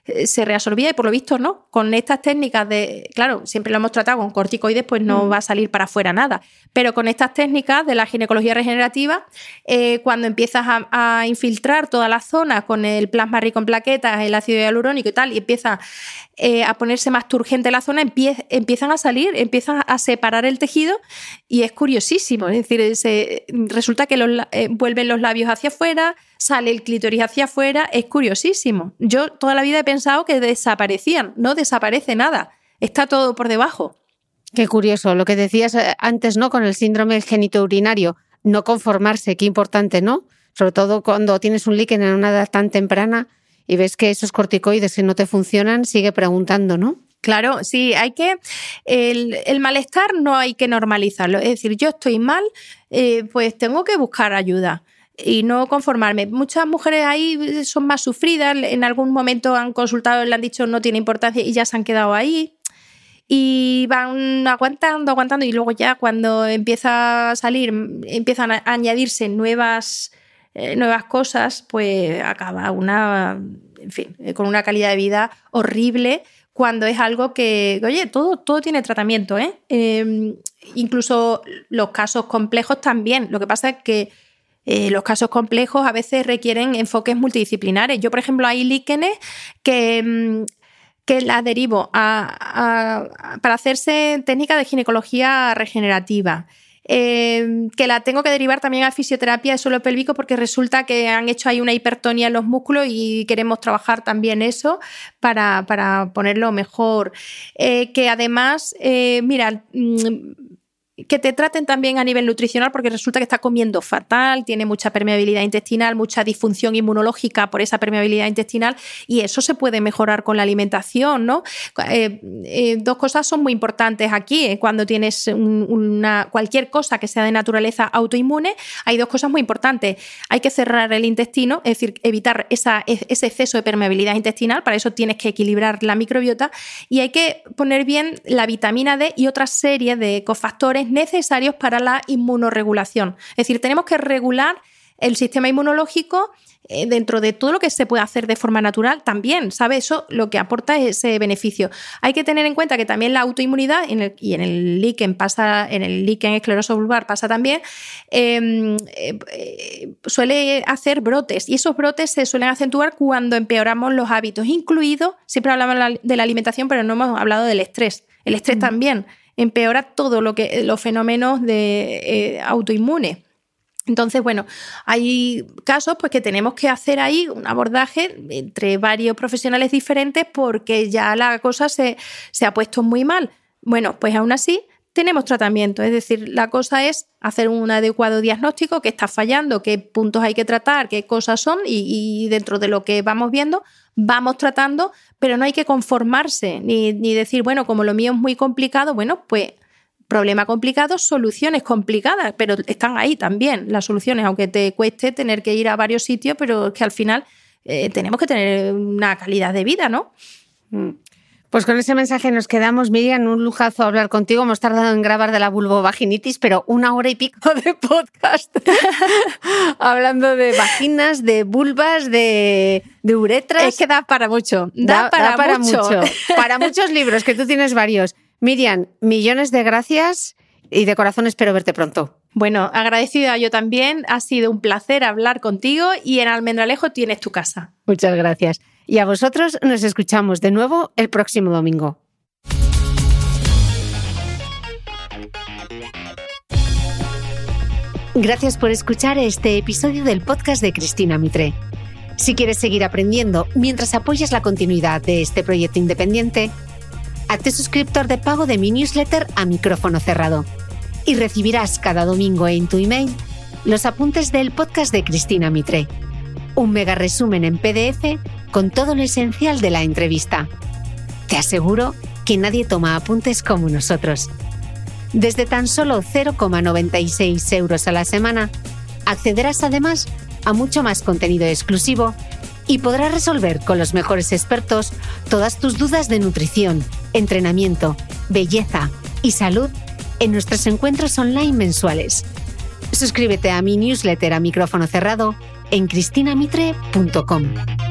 se reabsorbía y por lo visto no. Con estas técnicas claro, siempre lo hemos tratado con corticoides, pues no va a salir para afuera nada. Pero con estas técnicas de la ginecología regenerativa, cuando empiezas a infiltrar toda la zona con el plasma rico en plaquetas, el ácido hialurónico y tal, y empieza a ponerse más turgente la zona, empiezan a salir, empiezan a separar el tejido y es curiosísimo. Es decir, resulta que vuelven los labios hacia afuera, sale el clítoris hacia afuera, es curiosísimo. Yo toda la vida he pensado que desaparecían, no desaparece nada, está todo por debajo. Qué curioso, lo que decías antes, ¿no? Con el síndrome genitourinario, no conformarse, qué importante, ¿no? Sobre todo cuando tienes un líquen en una edad tan temprana y ves que esos corticoides que no te funcionan, sigue preguntando, ¿no? Claro, sí, el malestar no hay que normalizarlo. Es decir, yo estoy mal, pues tengo que buscar ayuda y no conformarme. Muchas mujeres ahí son más sufridas, en algún momento han consultado, le han dicho no tiene importancia y ya se han quedado ahí. Y van aguantando y luego ya cuando empieza a salir, empiezan a añadirse nuevas cosas, pues acaba con una calidad de vida horrible cuando es algo que, oye, todo tiene tratamiento, incluso los casos complejos también. Lo que pasa es que los casos complejos a veces requieren enfoques multidisciplinares. Yo, por ejemplo, hay líquenes que las derivo para hacerse técnica de ginecología regenerativa, que la tengo que derivar también a fisioterapia de suelo pélvico porque resulta que han hecho ahí una hipertonía en los músculos y queremos trabajar también eso para ponerlo mejor. Que además, que te traten también a nivel nutricional porque resulta que está comiendo fatal, tiene mucha permeabilidad intestinal, mucha disfunción inmunológica por esa permeabilidad intestinal y eso se puede mejorar con la alimentación, ¿no? Dos cosas son muy importantes aquí. Cuando tienes cualquier cosa que sea de naturaleza autoinmune, hay dos cosas muy importantes. Hay que cerrar el intestino, es decir, evitar ese exceso de permeabilidad intestinal, para eso tienes que equilibrar la microbiota y hay que poner bien la vitamina D y otra serie de cofactores necesarios para la inmunorregulación. Es decir, tenemos que regular el sistema inmunológico dentro de todo lo que se puede hacer de forma natural también, ¿sabes? Eso lo que aporta es ese beneficio. Hay que tener en cuenta que también la autoinmunidad, y en el líquen escleroso vulvar pasa también, suele hacer brotes y esos brotes se suelen acentuar cuando empeoramos los hábitos, incluido, siempre hablamos de la alimentación, pero no hemos hablado del estrés. El estrés también empeora todo los fenómenos de autoinmunes. Entonces, bueno, hay casos pues, que tenemos que hacer ahí un abordaje entre varios profesionales diferentes porque ya la cosa se ha puesto muy mal. Bueno, pues aún así tenemos tratamiento, es decir, la cosa es hacer un adecuado diagnóstico, qué está fallando, qué puntos hay que tratar, qué cosas son y dentro de lo que vamos viendo vamos tratando, pero no hay que conformarse ni decir, bueno, como lo mío es muy complicado, bueno, pues problema complicado, soluciones complicadas, pero están ahí también las soluciones, aunque te cueste tener que ir a varios sitios, pero es que al final tenemos que tener una calidad de vida, ¿no? Pues con ese mensaje nos quedamos, Miriam, un lujazo hablar contigo. Hemos tardado en grabar de la vulvovaginitis, pero 1 hora y pico de podcast hablando de vaginas, de vulvas, de uretras. Es que da para mucho. Da para mucho. Para muchos libros, que tú tienes varios. Miriam, millones de gracias y de corazón espero verte pronto. Bueno, agradecida yo también. Ha sido un placer hablar contigo y en Almendralejo tienes tu casa. Muchas gracias. Y a vosotros nos escuchamos de nuevo el próximo domingo. Gracias por escuchar este episodio del podcast de Cristina Mitre. Si quieres seguir aprendiendo mientras apoyas la continuidad de este proyecto independiente, hazte suscriptor de pago de mi newsletter a micrófono cerrado y recibirás cada domingo en tu email los apuntes del podcast de Cristina Mitre. Un mega resumen en PDF con todo lo esencial de la entrevista. Te aseguro que nadie toma apuntes como nosotros. Desde tan solo 0,96 euros a la semana, accederás además a mucho más contenido exclusivo y podrás resolver con los mejores expertos todas tus dudas de nutrición, entrenamiento, belleza y salud en nuestros encuentros online mensuales. Suscríbete a mi newsletter a micrófono cerrado en cristinamitre.com.